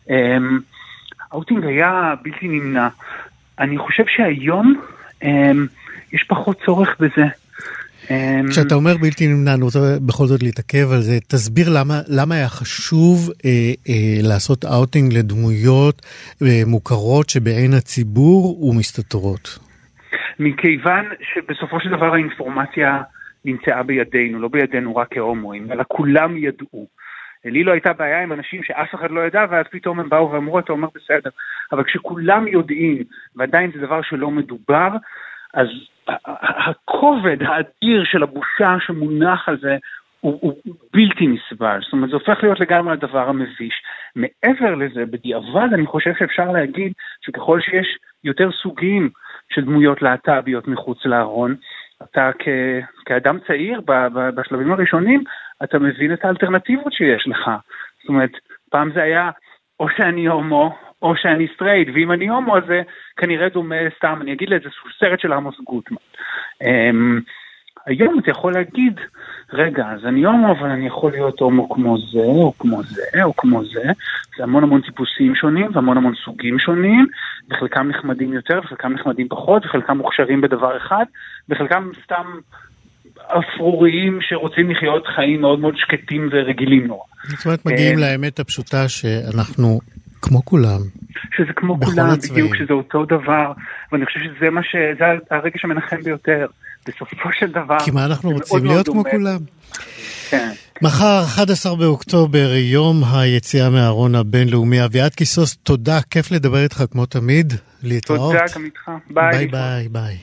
האוטינג היה בלתי נמנע. אני חושב שהיום יש פחות צורך בזה. כשאתה אומר בלתי נמנע, אני רוצה בכל זאת להתעכב על זה, תסביר למה, למה היה חשוב אה, אה, לעשות אאוטינג לדמויות אה, מוכרות שבעין הציבור ומסתתרות. מכיוון שבסופו של דבר האינפורמציה נמצאה בידינו, לא בידינו רק כהומואים, אלא כולם ידעו. לי לא הייתה בעיה עם אנשים שאף אחד לא ידע, ואז פתאום הם באו ואמרו, אתה אומר בסדר. אבל כשכולם יודעים, ועדיין זה דבר שלא מדובר, אז הכובד האדיר של הבושה שמונח על זה הוא, הוא בלתי נסבל. זאת אומרת, זה הופך להיות לגמרי הדבר המביש. מעבר לזה, בדיעבד, אני חושב שאפשר להגיד שככל שיש יותר סוגים של דמויות להט"ביות מחוץ לארון. אתה כ, כאדם צעיר ב, ב, בשלבים הראשונים, אתה מבין את האלטרנטיבות שיש לך. זאת אומרת, פעם זה היה או שאני הומו, או שאני סטרייט, ואם אני הומו אז זה כנראה דומה סתם, אני אגיד לאיזה סרט של עמוס גוטמן. היום אתה יכול להגיד, רגע, אז אני הומו, אבל אני יכול להיות הומו כמו זה, או כמו זה, או כמו זה. זה המון המון טיפוסים שונים, והמון המון סוגים שונים, וחלקם נחמדים יותר, וחלקם נחמדים פחות, וחלקם מוכשרים בדבר אחד, וחלקם סתם אפרוריים שרוצים לחיות חיים מאוד מאוד שקטים ורגילים נורא. זאת אומרת, מגיעים לאמת הפשוטה שאנחנו כמו כולם. שזה כמו כולם, בדיוק, שזה אותו דבר, ואני חושב שזה מה ש... זה הרגש המנחם ביותר. בסופו של דבר... כי מה אנחנו רוצים להיות כמו כולם? כן. מחר, אחד עשר באוקטובר, יום היציאה מהארון הבינלאומי. אביעד קיסוס, תודה, כיף לדבר איתך כמו תמיד. להתראות. תודה גם איתך. ביי. ביי, ביי, ביי.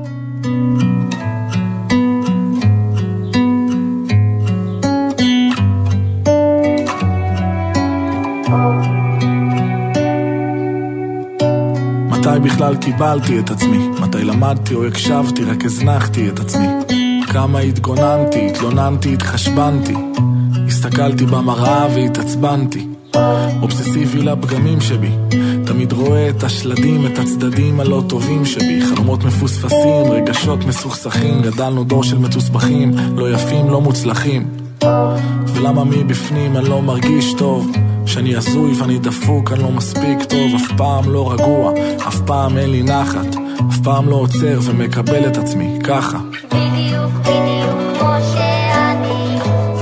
מתי בכלל קיבלתי את עצמי? מתי למדתי או הקשבתי, רק הזנחתי את עצמי? כמה התגוננתי, התלוננתי, התחשבנתי, הסתכלתי במראה והתעצבנתי. אובססיבי לפגמים שבי, תמיד רואה את השלדים, את הצדדים הלא טובים שבי. חלומות מפוספסים, רגשות מסוכסכים, גדלנו דור של מתוסבכים, לא יפים, לא מוצלחים. ולמה מבפנים אני לא מרגיש טוב? שאני עזוי ואני דפוק, אני לא מספיק טוב, אף פעם לא רגוע, אף פעם אין לי נחת, אף פעם לא עוצר ומקבל את עצמי, ככה. בדיוק, בדיוק כמו שאני,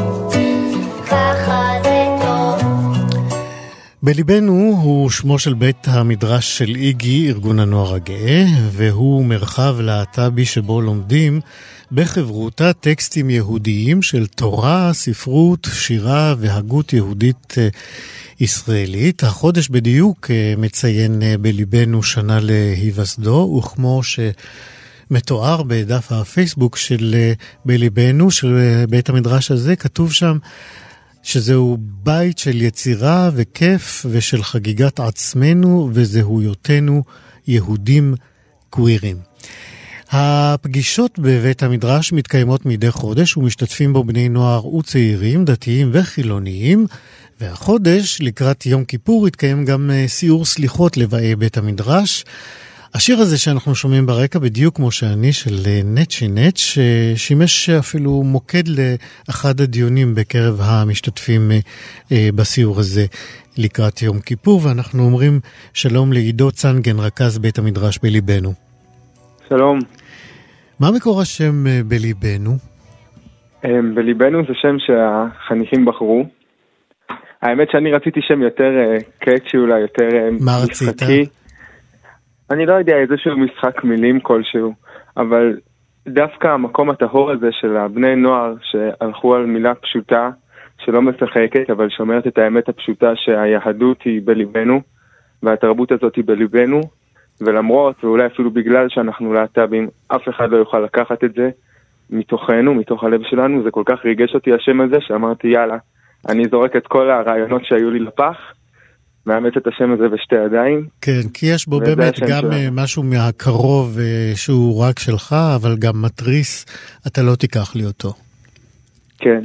ככה זה טוב. בליבנו הוא שמו של בית המדרש של איגי, ארגון הנוער הגאה, והוא מרחב להט"בי שבו לומדים בחברותה טקסטים יהודיים של תורה, ספרות, שירה והגות יהודית ישראלית. החודש בדיוק מציין בליבנו שנה להיווסדו, וכמו שמתואר בדף הפייסבוק של בליבנו, של בית המדרש הזה, כתוב שם שזהו בית של יצירה וכיף ושל חגיגת עצמנו וזהויותנו יהודים קווירים. הפגישות בבית המדרש מתקיימות מדי חודש ומשתתפים בו בני נוער וצעירים, דתיים וחילוניים, והחודש לקראת יום כיפור התקיים גם סיור סליחות לבאי בית המדרש. השיר הזה שאנחנו שומעים ברקע בדיוק כמו שאני של נצ'י נצ' ששימש אפילו מוקד לאחד הדיונים בקרב המשתתפים בסיור הזה לקראת יום כיפור, ואנחנו אומרים שלום לעידו צנגן, רכז בית המדרש בליבנו. שלום. מה מקור השם בליבנו? בליבנו זה שם שהחניכים בחרו. האמת שאני רציתי שם יותר קאצ'י אולי, יותר מה משחקי. רצית? אני לא יודע, איזשהו משחק מילים כלשהו, אבל דווקא המקום הטהור הזה של הבני נוער שהלכו על מילה פשוטה, שלא משחקת, אבל שומרת את האמת הפשוטה שהיהדות היא בליבנו, והתרבות הזאת היא בליבנו, ולמרות, ואולי אפילו בגלל שאנחנו להט"בים, אף אחד לא יוכל לקחת את זה מתוכנו, מתוך הלב שלנו. זה כל כך ריגש אותי השם הזה, שאמרתי יאללה, אני זורק את כל הרעיונות שהיו לי לפח, מאמץ את השם הזה בשתי ידיים. כן, כי יש בו באמת גם שלנו. משהו מהקרוב שהוא רק שלך, אבל גם מטריס, אתה לא תיקח לי אותו. כן.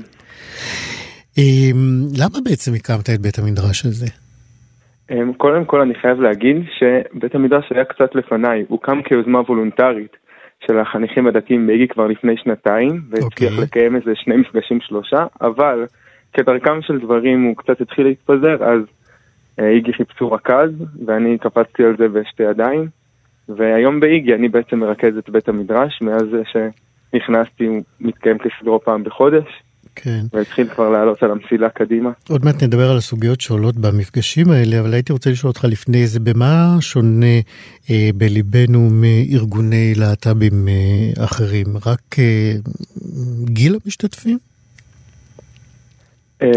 למה בעצם הקמת את בית המדרש הזה? קודם כל אני חייב להגיד שבית המדרש היה קצת לפניי, הוא קם כיוזמה וולונטרית של החניכים הדתיים באיגי כבר לפני שנתיים, והצליח okay. לקיים איזה שני מפגשים שלושה, אבל כדרכם של דברים הוא קצת התחיל להתפזר, אז איגי חיפשו רכז, ואני קפצתי על זה בשתי ידיים, והיום באיגי אני בעצם מרכז את בית המדרש, מאז שנכנסתי הוא מתקיים כסדרו פעם בחודש, כן. והתחיל כבר לעלות על המסילה קדימה. עוד מעט נדבר על הסוגיות שעולות במפגשים האלה, אבל הייתי רוצה לשאול אותך לפני זה, במה שונה אה, בליבנו מארגוני להט"בים אה, אחרים? רק אה, גיל המשתתפים? אה,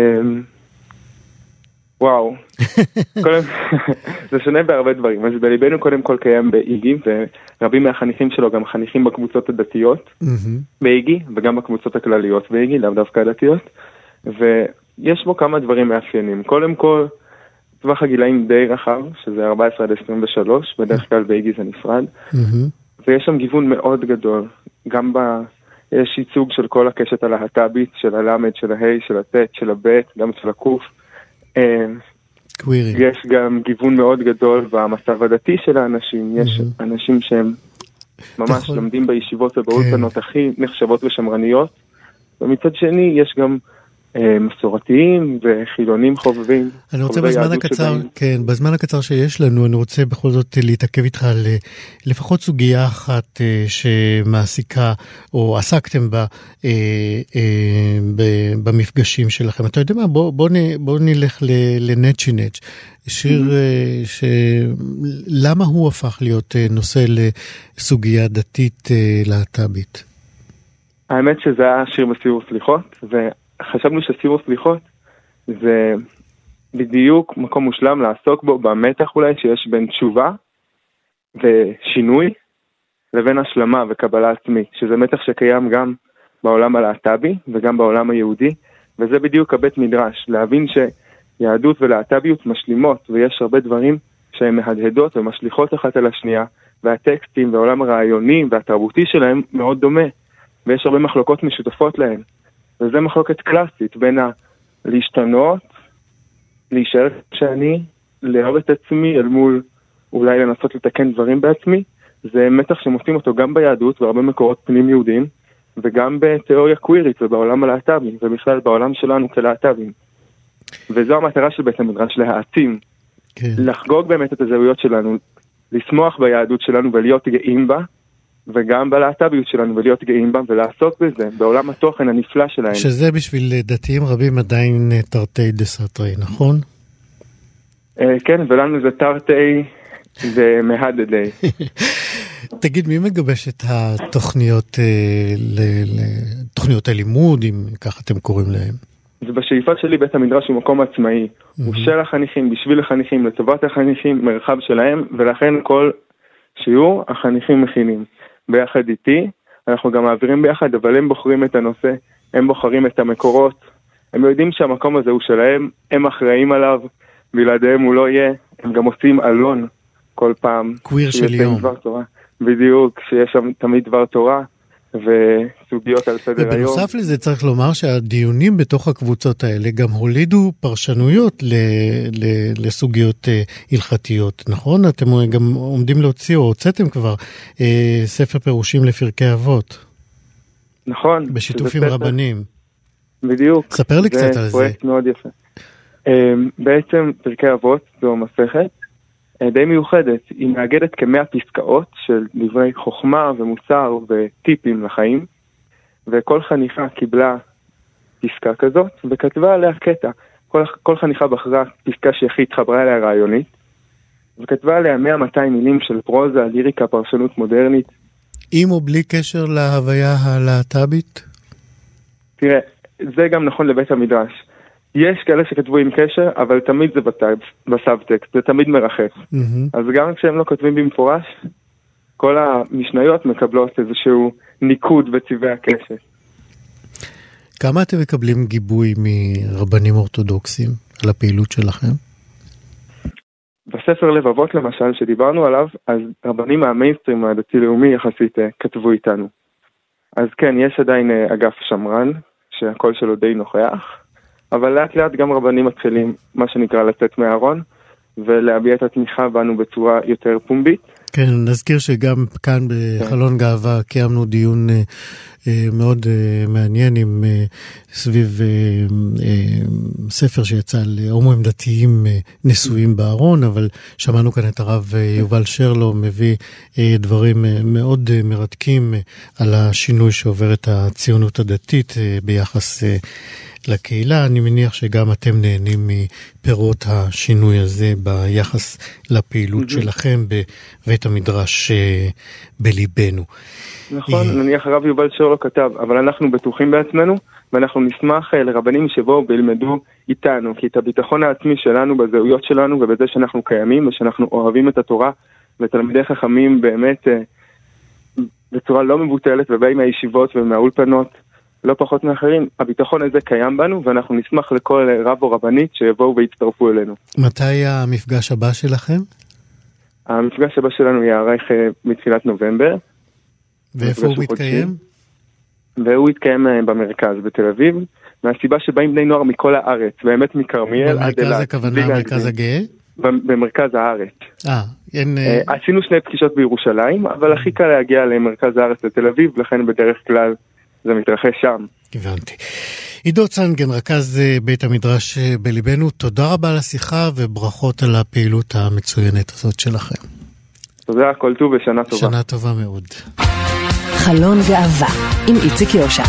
וואו. קודם, זה שונה בהרבה דברים. אז בליבנו קודם כל קיים באיגי, ורבים מהחניכים שלו גם חניכים בקבוצות הדתיות באיגי, וגם בקבוצות הכלליות באיגי, לאו דווקא הדתיות. ויש בו כמה דברים מאפיינים. קודם כל, טווח הגילאים די רחב, שזה ארבע עשרה עד עשרים ושלוש, בדרך כלל באיגי זה נפרד. ויש שם גיוון מאוד גדול, גם ב... יש ייצוג של כל הקשת הלהט"בית, של הלמד, של ההי, של הטט, של הבט, גם של הקוף. קווירים. יש גם גיוון מאוד גדול במצב הדתי של האנשים, יש mm-hmm. אנשים שהם ממש תכול... לומדים בישיבות ובאולפנות כן. הכי נחשבות ושמרניות, ומצד שני יש גם אה, מסורתיים וחילונים חובבים. אני רוצה בזמן הקצר, שבאים. כן, בזמן הקצר שיש לנו, אני רוצה בכל זאת להתעכב איתך על לפחות סוגיה אחת אה, שמעסיקה, או עסקתם בה אה, אה, ב, במפגשים שלכם. אתה יודע מה? בוא, בוא, נ, בוא נלך לנצ'י נצ', שיר mm-hmm. ש... למה הוא הפך להיות נושא לסוגיה דתית להט"בית? האמת שזה היה שיר בסיור סליחות, וחשבנו שסיור סליחות זה בדיוק מקום מושלם לעסוק בו במתח אולי שיש בין תשובה ושינוי לבין השלמה וקבלה עצמית, שזה מתח שקיים גם בעולם הלהט"בי וגם בעולם היהודי, וזה בדיוק הבית מדרש, להבין שיהדות ולהט"ביות משלימות, ויש הרבה דברים שהן מהדהדות ומשליחות אחת על השנייה, והטקסטים והעולם הרעיוני והתרבותי שלהם מאוד דומה. ויש הרבה מחלוקות משותפות להן. וזה מחלוקת קלאסית בין ה- להשתנות, להישאר שאני, לאהוב את עצמי אל מול אולי לנסות לתקן דברים בעצמי. זה מתח שמוצאים אותו גם ביהדות והרבה מקורות פנים יהודיים, וגם בתיאוריה קווירית ובעולם הלהט"בי, ובכלל בעולם שלנו כלהט"בים. וזו המטרה של בית המדרש, להעצים, כן. לחגוג באמת את הזהויות שלנו, לשמוח ביהדות שלנו ולהיות גאים בה, וגם בלהט"ביות שלנו ולהיות גאים בה, ולעסוק בזה, בעולם התוכן הנפלא שלהם. שזה בשביל דתיים רבים עדיין תרתי דסתרי, נכון? כן, ולנו זה תרתי ומהדדי. תגיד, מי מגבש את התוכניות, תוכניות הלימוד, אם ככה אתם קוראים להם? זה בשאיפה שלי בית המדרש הוא מקום עצמאי, הוא של החניכים, בשביל החניכים, לטובת החניכים, מרחב שלהם, ולכן כל שיעור החניכים מכינים. ביחד איתי, אנחנו גם מעבירים ביחד, אבל הם בוחרים את הנושא, הם בוחרים את המקורות, הם יודעים שהמקום הזה הוא שלהם, הם אחראים עליו, בלעדיהם הוא לא יהיה, הם גם עושים אלון כל פעם. קוויר של יום. בדיוק, שיש שם תמיד דבר תורה, וסוגיות על סדר היום. ובנוסף לזה צריך לומר שהדיונים בתוך הקבוצות האלה גם הולידו פרשנויות ל, ל, לסוגיות אה, הלכתיות, נכון? אתם גם עומדים להוציא או הוצאתם כבר אה, ספר פירושים לפרקי אבות. נכון. בשיתוף עם רבנים. בדיוק. ספר לי קצת על זה. זה פרויקט מאוד יפה. אה, בעצם פרקי אבות זו מסכת די מיוחדת, היא מאגדת כמאה פסקאות של דברי חוכמה ומוסר וטיפים לחיים, וכל חניכה קיבלה פסקה כזאת וכתבה עליה קטע. כל, כל חניכה בחרה פסקה שהכי התחברה אליה רעיונית, וכתבה עליה מאה מאתיים מילים של פרוזה, ליריקה, פרשנות מודרנית. עם או בלי קשר להוויה הלהט"בית? תראה, זה גם נכון לבית המדרש. יש כאלה שכתבו עם קשר, אבל תמיד זה בסאבטקסט, זה תמיד מרחף. Mm-hmm. אז גם כשהם לא כותבים במפורש, כל המשניות מקבלות איזשהו ניקוד בצבעי הקשר. כמה אתם מקבלים גיבוי מרבנים אורתודוקסים על הפעילות שלכם? בספר לבבות למשל, שדיברנו עליו, אז רבנים מהמיינסטרים הדתי-לאומי יחסית כתבו איתנו. אז כן, יש עדיין אגף שמרן, שהקול שלו די נוכח, אבל לאט לאט גם רבנים מתחילים, מה שנקרא, לצאת מהארון, ולהביע את התמיכה בנו בצורה יותר פומבית. כן, נזכיר שגם כאן בחלון גאווה קיימנו דיון אה, אה, מאוד אה, מעניין עם אה, סביב אה, אה, ספר שיצא על הומואים דתיים אה, נשואים בארון, אבל שמענו כאן את הרב אה, יובל שרלו מביא אה, דברים אה, מאוד אה, מרתקים אה, על השינוי שעובר את הציונות הדתית אה, ביחס אה, לקהילה. אני מניח שגם אתם נהנים מפירות השינוי הזה ביחס לפעילות שלכם בבית המדרש בליבנו. נכון, נניח הרב יובל שרלו כתב, אבל אנחנו בטוחים בעצמנו, ואנחנו נשמח לרבנים שבואו וילמדו איתנו, כי את הביטחון העצמי שלנו בזהויות שלנו ובזה שאנחנו קיימים ושאנחנו אוהבים את התורה ותלמידי חכמים באמת בצורה לא מבוטלת ובאים מהישיבות ומהאולפנות לא פחות מאחרים, הביטחון הזה קיים בנו, ואנחנו נשמח לכל רב או רבנית שיבואו ויצטרפו אלינו. מתי המפגש הבא שלכם? המפגש הבא שלנו יערך מתחילת נובמבר. ואיפה הוא מתקיים? והוא יתקיים במרכז, בתל אביב, מהסיבה שבאים בני נוער מכל הארץ, באמת מכרמיאל עד אילת. במרכז הכוונה, המרכז הגאה? במרכז הארץ. אה, אין... עשינו שני פגישות בירושלים, אבל הכי קל להגיע למרכז הארץ לתל אביב, לכן בדרך כלל זה מתרחש שם. הבנתי. עידו צנגן, רכז בית המדרש בליבנו, תודה רבה על השיחה וברכות על הפעילות המצוינת הזאת שלכם. תודה, כל טוב ושנה טובה. שנה טובה מאוד. חלון גאווה עם איציק יושע.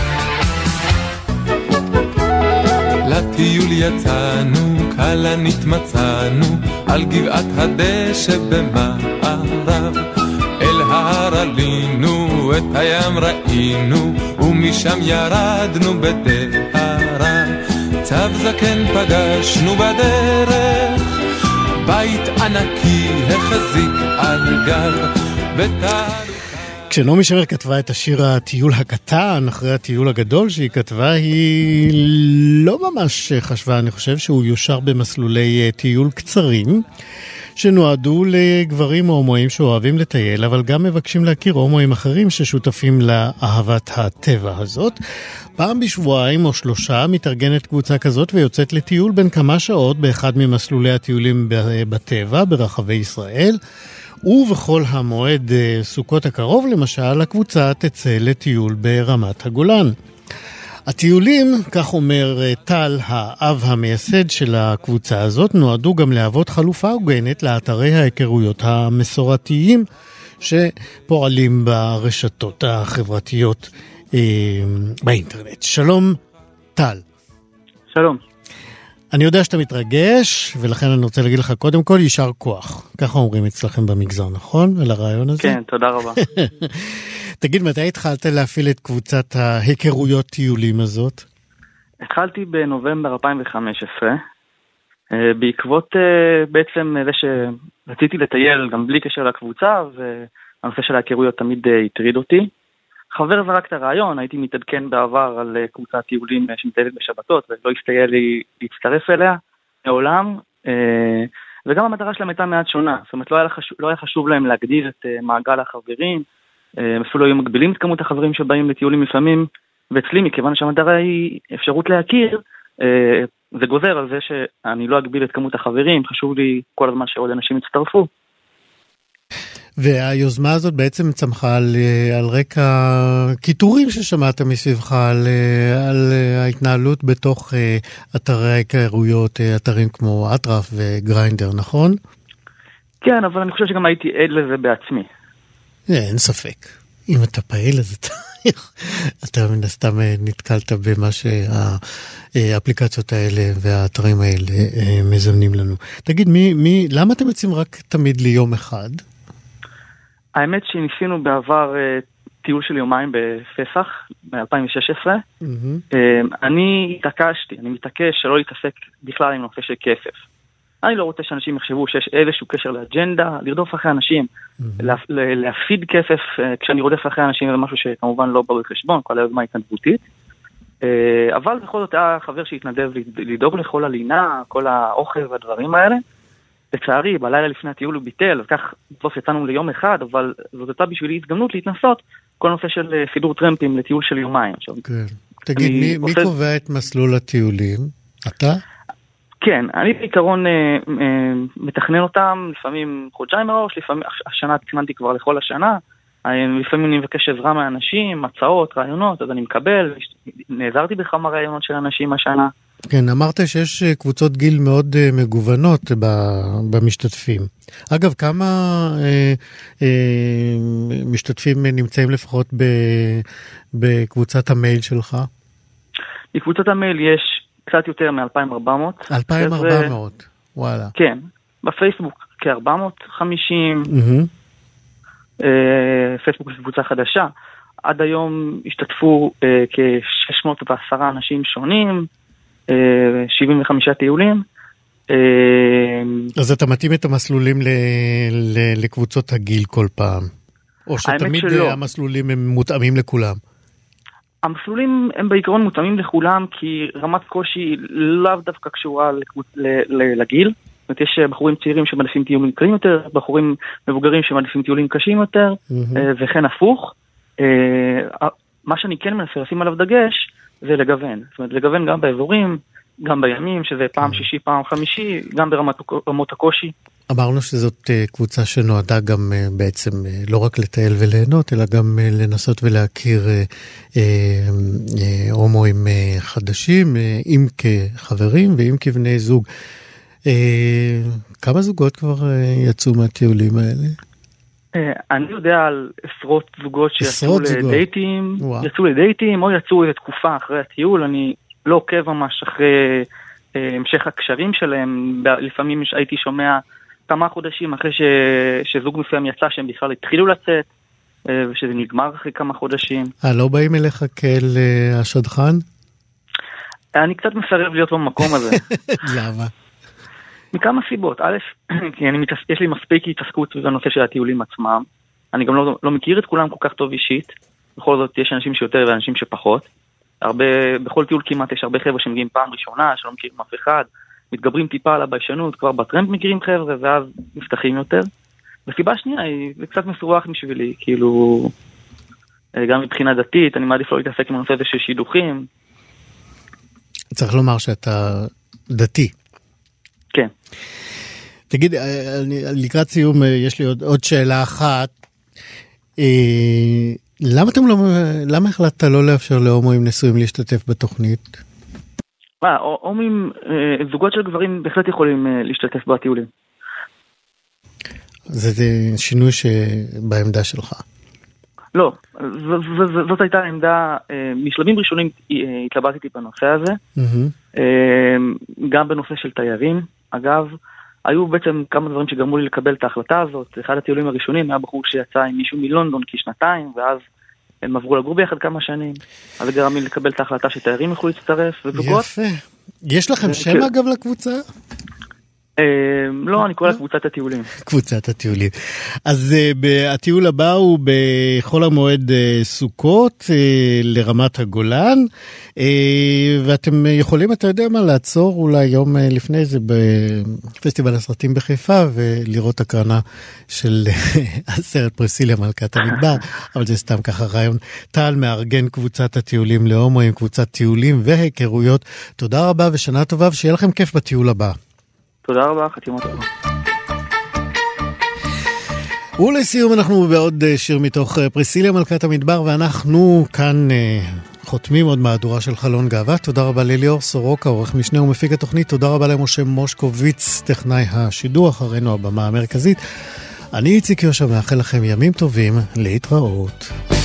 לטיול יצאנו, כלנית מצאנו, על גבעת הדשא במערב. אל ההר עלינו, את הים ראינו, ומשם ירדנו בדהרה. צב זקן פגשנו בדרך, בית ענקי החזיק על גב בתאריך. כשנעמי שמר כתבה את השיר הטיול הקטן אחרי הטיול הגדול שהיא כתבה, היא לא ממש חשבה, אני חושב שהוא יושר במסלולי טיול קצרים שנועדו לגברים הומואים שאוהבים לטייל, אבל גם מבקשים להכיר הומואים אחרים ששותפים לאהבת הטבע הזאת. פעם בשבועיים או שלושה מתארגנת קבוצה כזאת ויוצאת לטיול בין כמה שעות באחד ממסלולי הטיולים בטבע ברחבי ישראל. ובכל המועד סוכות הקרוב, למשל, הקבוצה תצא לטיול ברמת הגולן. הטיולים, כך אומר טל, האב המייסד של הקבוצה הזאת, נועדו גם להוות חלופה הוגנת לאתרי ההיכרויות המסורתיים שפועלים ברשתות החברתיות אה, באינטרנט. שלום, טל. שלום. אני יודע שאתה מתרגש, ולכן אני רוצה להגיד לך קודם כל, יישר כוח. ככה אומרים אצלכם במגזר, נכון? על הרעיון הזה? כן, תודה רבה. תגיד, מתי התחלת להפעיל את קבוצת ההיכרויות טיולים הזאת? התחלתי בנובמבר אלפיים וחמש עשרה, בעקבות בעצם זה שרציתי לטייל גם בלי קשר לקבוצה, והנושא של ההיכרויות תמיד הטריד אותי. חבר זרק את הרעיון, הייתי מתעדכן בעבר על קבוצת טיולים שמטיילת בשבתות, ולא הסתייע לי להצטרף אליה מעולם, וגם המטרה שלהם הייתה מעט שונה, זאת אומרת לא היה חשוב, לא היה חשוב להם להגדיר את מעגל החברים, אפילו היו מגבילים את כמות החברים שבאים לטיולים לפעמים, ואצלי מכיוון שהמטרה היא אפשרות להכיר, זה גוזר על זה שאני לא אגביל את כמות החברים, חשוב לי כל הזמן שעוד אנשים יצטרפו. והיוזמה הזאת בעצם צמחה על, על רקע כיתורים ששמעת מסביבך על, על ההתנהלות בתוך אתרי ההיכרויות, אתרים כמו אטרף וגריינדר, נכון? כן, אבל אני חושב שגם הייתי עד לזה בעצמי. אין ספק. אם אתה פעיל, אז אתה, אתה מן הסתם נתקלת במה שהאפליקציות האלה והאתרים האלה מזמנים לנו. תגיד, מי, מי, למה אתם יוצאים רק תמיד ליום אחד? האמת שניסינו בעבר טיול של יומיים בפסח, ב-אלפיים ושש עשרה. Mm-hmm. אני התעקשתי, אני מתעקש שלא להתעסק בכלל עם נושא של כסף. אני לא רוצה שאנשים יחשבו שיש איזשהו קשר לאג'נדה, לרדוף אחרי אנשים, mm-hmm. להפיד כסף כשאני רודף אחרי אנשים, זה משהו שכמובן לא ברור חשבון, כל היוזמה התנדבותית. אבל בכל זאת היה חבר שהתנדב לדאוג לכל הלינה, כל האוכל והדברים האלה. לצערי, בלילה לפני הטיול הוא ביטל, וכך בסוף יצאנו ליום אחד, אבל זאת הייתה בשבילי הזדמנות להתנסות כל נושא של סידור טרמפים לטיול של יומיים. כן. תגיד, מי, מי עושה... קובע את מסלול הטיולים? אתה? כן, אני בעיקרון אה, אה, מתכנן אותם, לפעמים חודשיים מראש, לפעמים, השנה תכננתי כבר לכל השנה, אה, לפעמים אני מבקש עזרה מהאנשים, הצעות, רעיונות, אז אני מקבל, נעזרתי בכמה רעיונות של אנשים השנה. כן, אמרת שיש קבוצות גיל מאוד מגוונות במשתתפים. אגב, כמה אה, אה, משתתפים נמצאים לפחות ב, בקבוצת המייל שלך? בקבוצת המייל יש קצת יותר מ-אלפיים וארבע מאות. אלפיים וארבע מאות, וואלה. כן, בפייסבוק כ-ארבע מאות וחמישים, mm-hmm. אה, פייסבוק היא קבוצה חדשה. עד היום השתתפו אה, כ-שש מאות ועשרה אנשים שונים, שבעים וחמישה טיולים. אז אתה מתאים את המסלולים לקבוצות הגיל כל פעם? או שתמיד המסלולים הם מותאמים לכולם? המסלולים הם בעיקרון מותאמים לכולם, כי רמת קושי לאו דווקא קשורה לגיל. זאת אומרת, יש בחורים צעירים שמעדיפים טיולים קלים יותר, בחורים מבוגרים שמעדיפים טיולים קשים יותר, וכן הפוך. מה שאני כן מנסה לשים עליו דגש, זה לגוון. זאת אומרת, לגוון גם באזורים, גם בימים, שזה פעם שישי, פעם חמישי, גם ברמות הקושי. אמרנו שזאת קבוצה שנועדה גם בעצם לא רק לטייל וליהנות, אלא גם לנסות ולהכיר הומואים חדשים, אם כחברים ואם כבני זוג. כמה זוגות כבר יצאו מהטיולים האלה? אני יודע על עשרות זוגות שיצאו לדייטים, יצאו לדייטים או יצאו איזו תקופה אחרי הטיול. אני לא עוקב ממש אחרי המשך הקשרים שלהם. לפעמים הייתי שומע כמה חודשים אחרי ש... שזוג מסוים יצא שהם בכלל התחילו לצאת, ושזה נגמר אחרי כמה חודשים. אה, לא באים אליך כאל השדכן? אני קצת מסרב להיות במקום הזה. למה? מכמה סיבות. א', כי אני מתעס... יש לי מספיק התעסקות בנושא של הטיולים עצמם. אני גם לא, לא מכיר את כולם כל כך טוב אישית. בכל זאת יש אנשים שיותר ואנשים שפחות. הרבה, בכל טיול כמעט יש הרבה חבר'ה שמגיעים פעם ראשונה, שלא מכירים אף אחד. מתגברים טיפה על הביישנות, כבר בטרנד מכירים חבר'ה, ואז נפתחים יותר. וסיבה שנייה, זה קצת מסורח בשבילי, כאילו, גם מבחינה דתית, אני מעדיף לא להתעסק עם הנושא הזה של שידוכים. צריך לומר שאתה דתי. כן. תגיד, לקראת סיום, יש לי עוד, עוד שאלה אחת. למה אתם לא, למה החלטת לא לאפשר להומואים נשואים להשתתף בתוכנית? מה, הומים, זוגות של גברים בהחלט יכולים להשתתף בטיולים. זה שינוי שבעמדה שלך. לא, זאת הייתה העמדה, משלבים ראשונים התלבטתי בנושא הזה, גם בנושא של תיירים. אגב, היו בעצם כמה דברים שגרמו לי לקבל את ההחלטה הזאת. אחד הטיולים הראשונים היה בחור שיצא עם מישהו מלונדון כשנתיים, ואז הם עברו לגור ביחד כמה שנים, אז גרם לי לקבל את ההחלטה שתיירים יכולו להצטרף, וזוגות. יפה. יש לכם שם אגב לקבוצה? לא, אני קורא לקבוצת הטיולים. קבוצת הטיולים. אז הטיול הבא הוא בחול המועד סוכות לרמת הגולן, ואתם יכולים, אתה יודע מה, לעצור אולי יום לפני זה בפסטיבל הסרטים בחיפה, ולראות הקרנה של הסרט פרסיליה מלכת המדבר, אבל זה סתם ככה רעיון. טל מארגן קבוצת הטיולים להומואים, קבוצת טיולים והיכרויות. תודה רבה ושנה טובה, ושיהיה לכם כיף בטיול הבא. תודה רבה, חתימה טובה. ולסיום אנחנו בעוד שיר מתוך פרסיליה מלכת המדבר, ואנחנו כאן חותמים עוד מהדורה של חלון גאווה. תודה רבה לליאור סורוקה, עורך משנה ומפיק התוכנית. תודה רבה למשה מושקוביץ, טכנאי השידור, אחרינו הבמה המרכזית. אני איציק יושע, מאחל לכם ימים טובים, להתראות.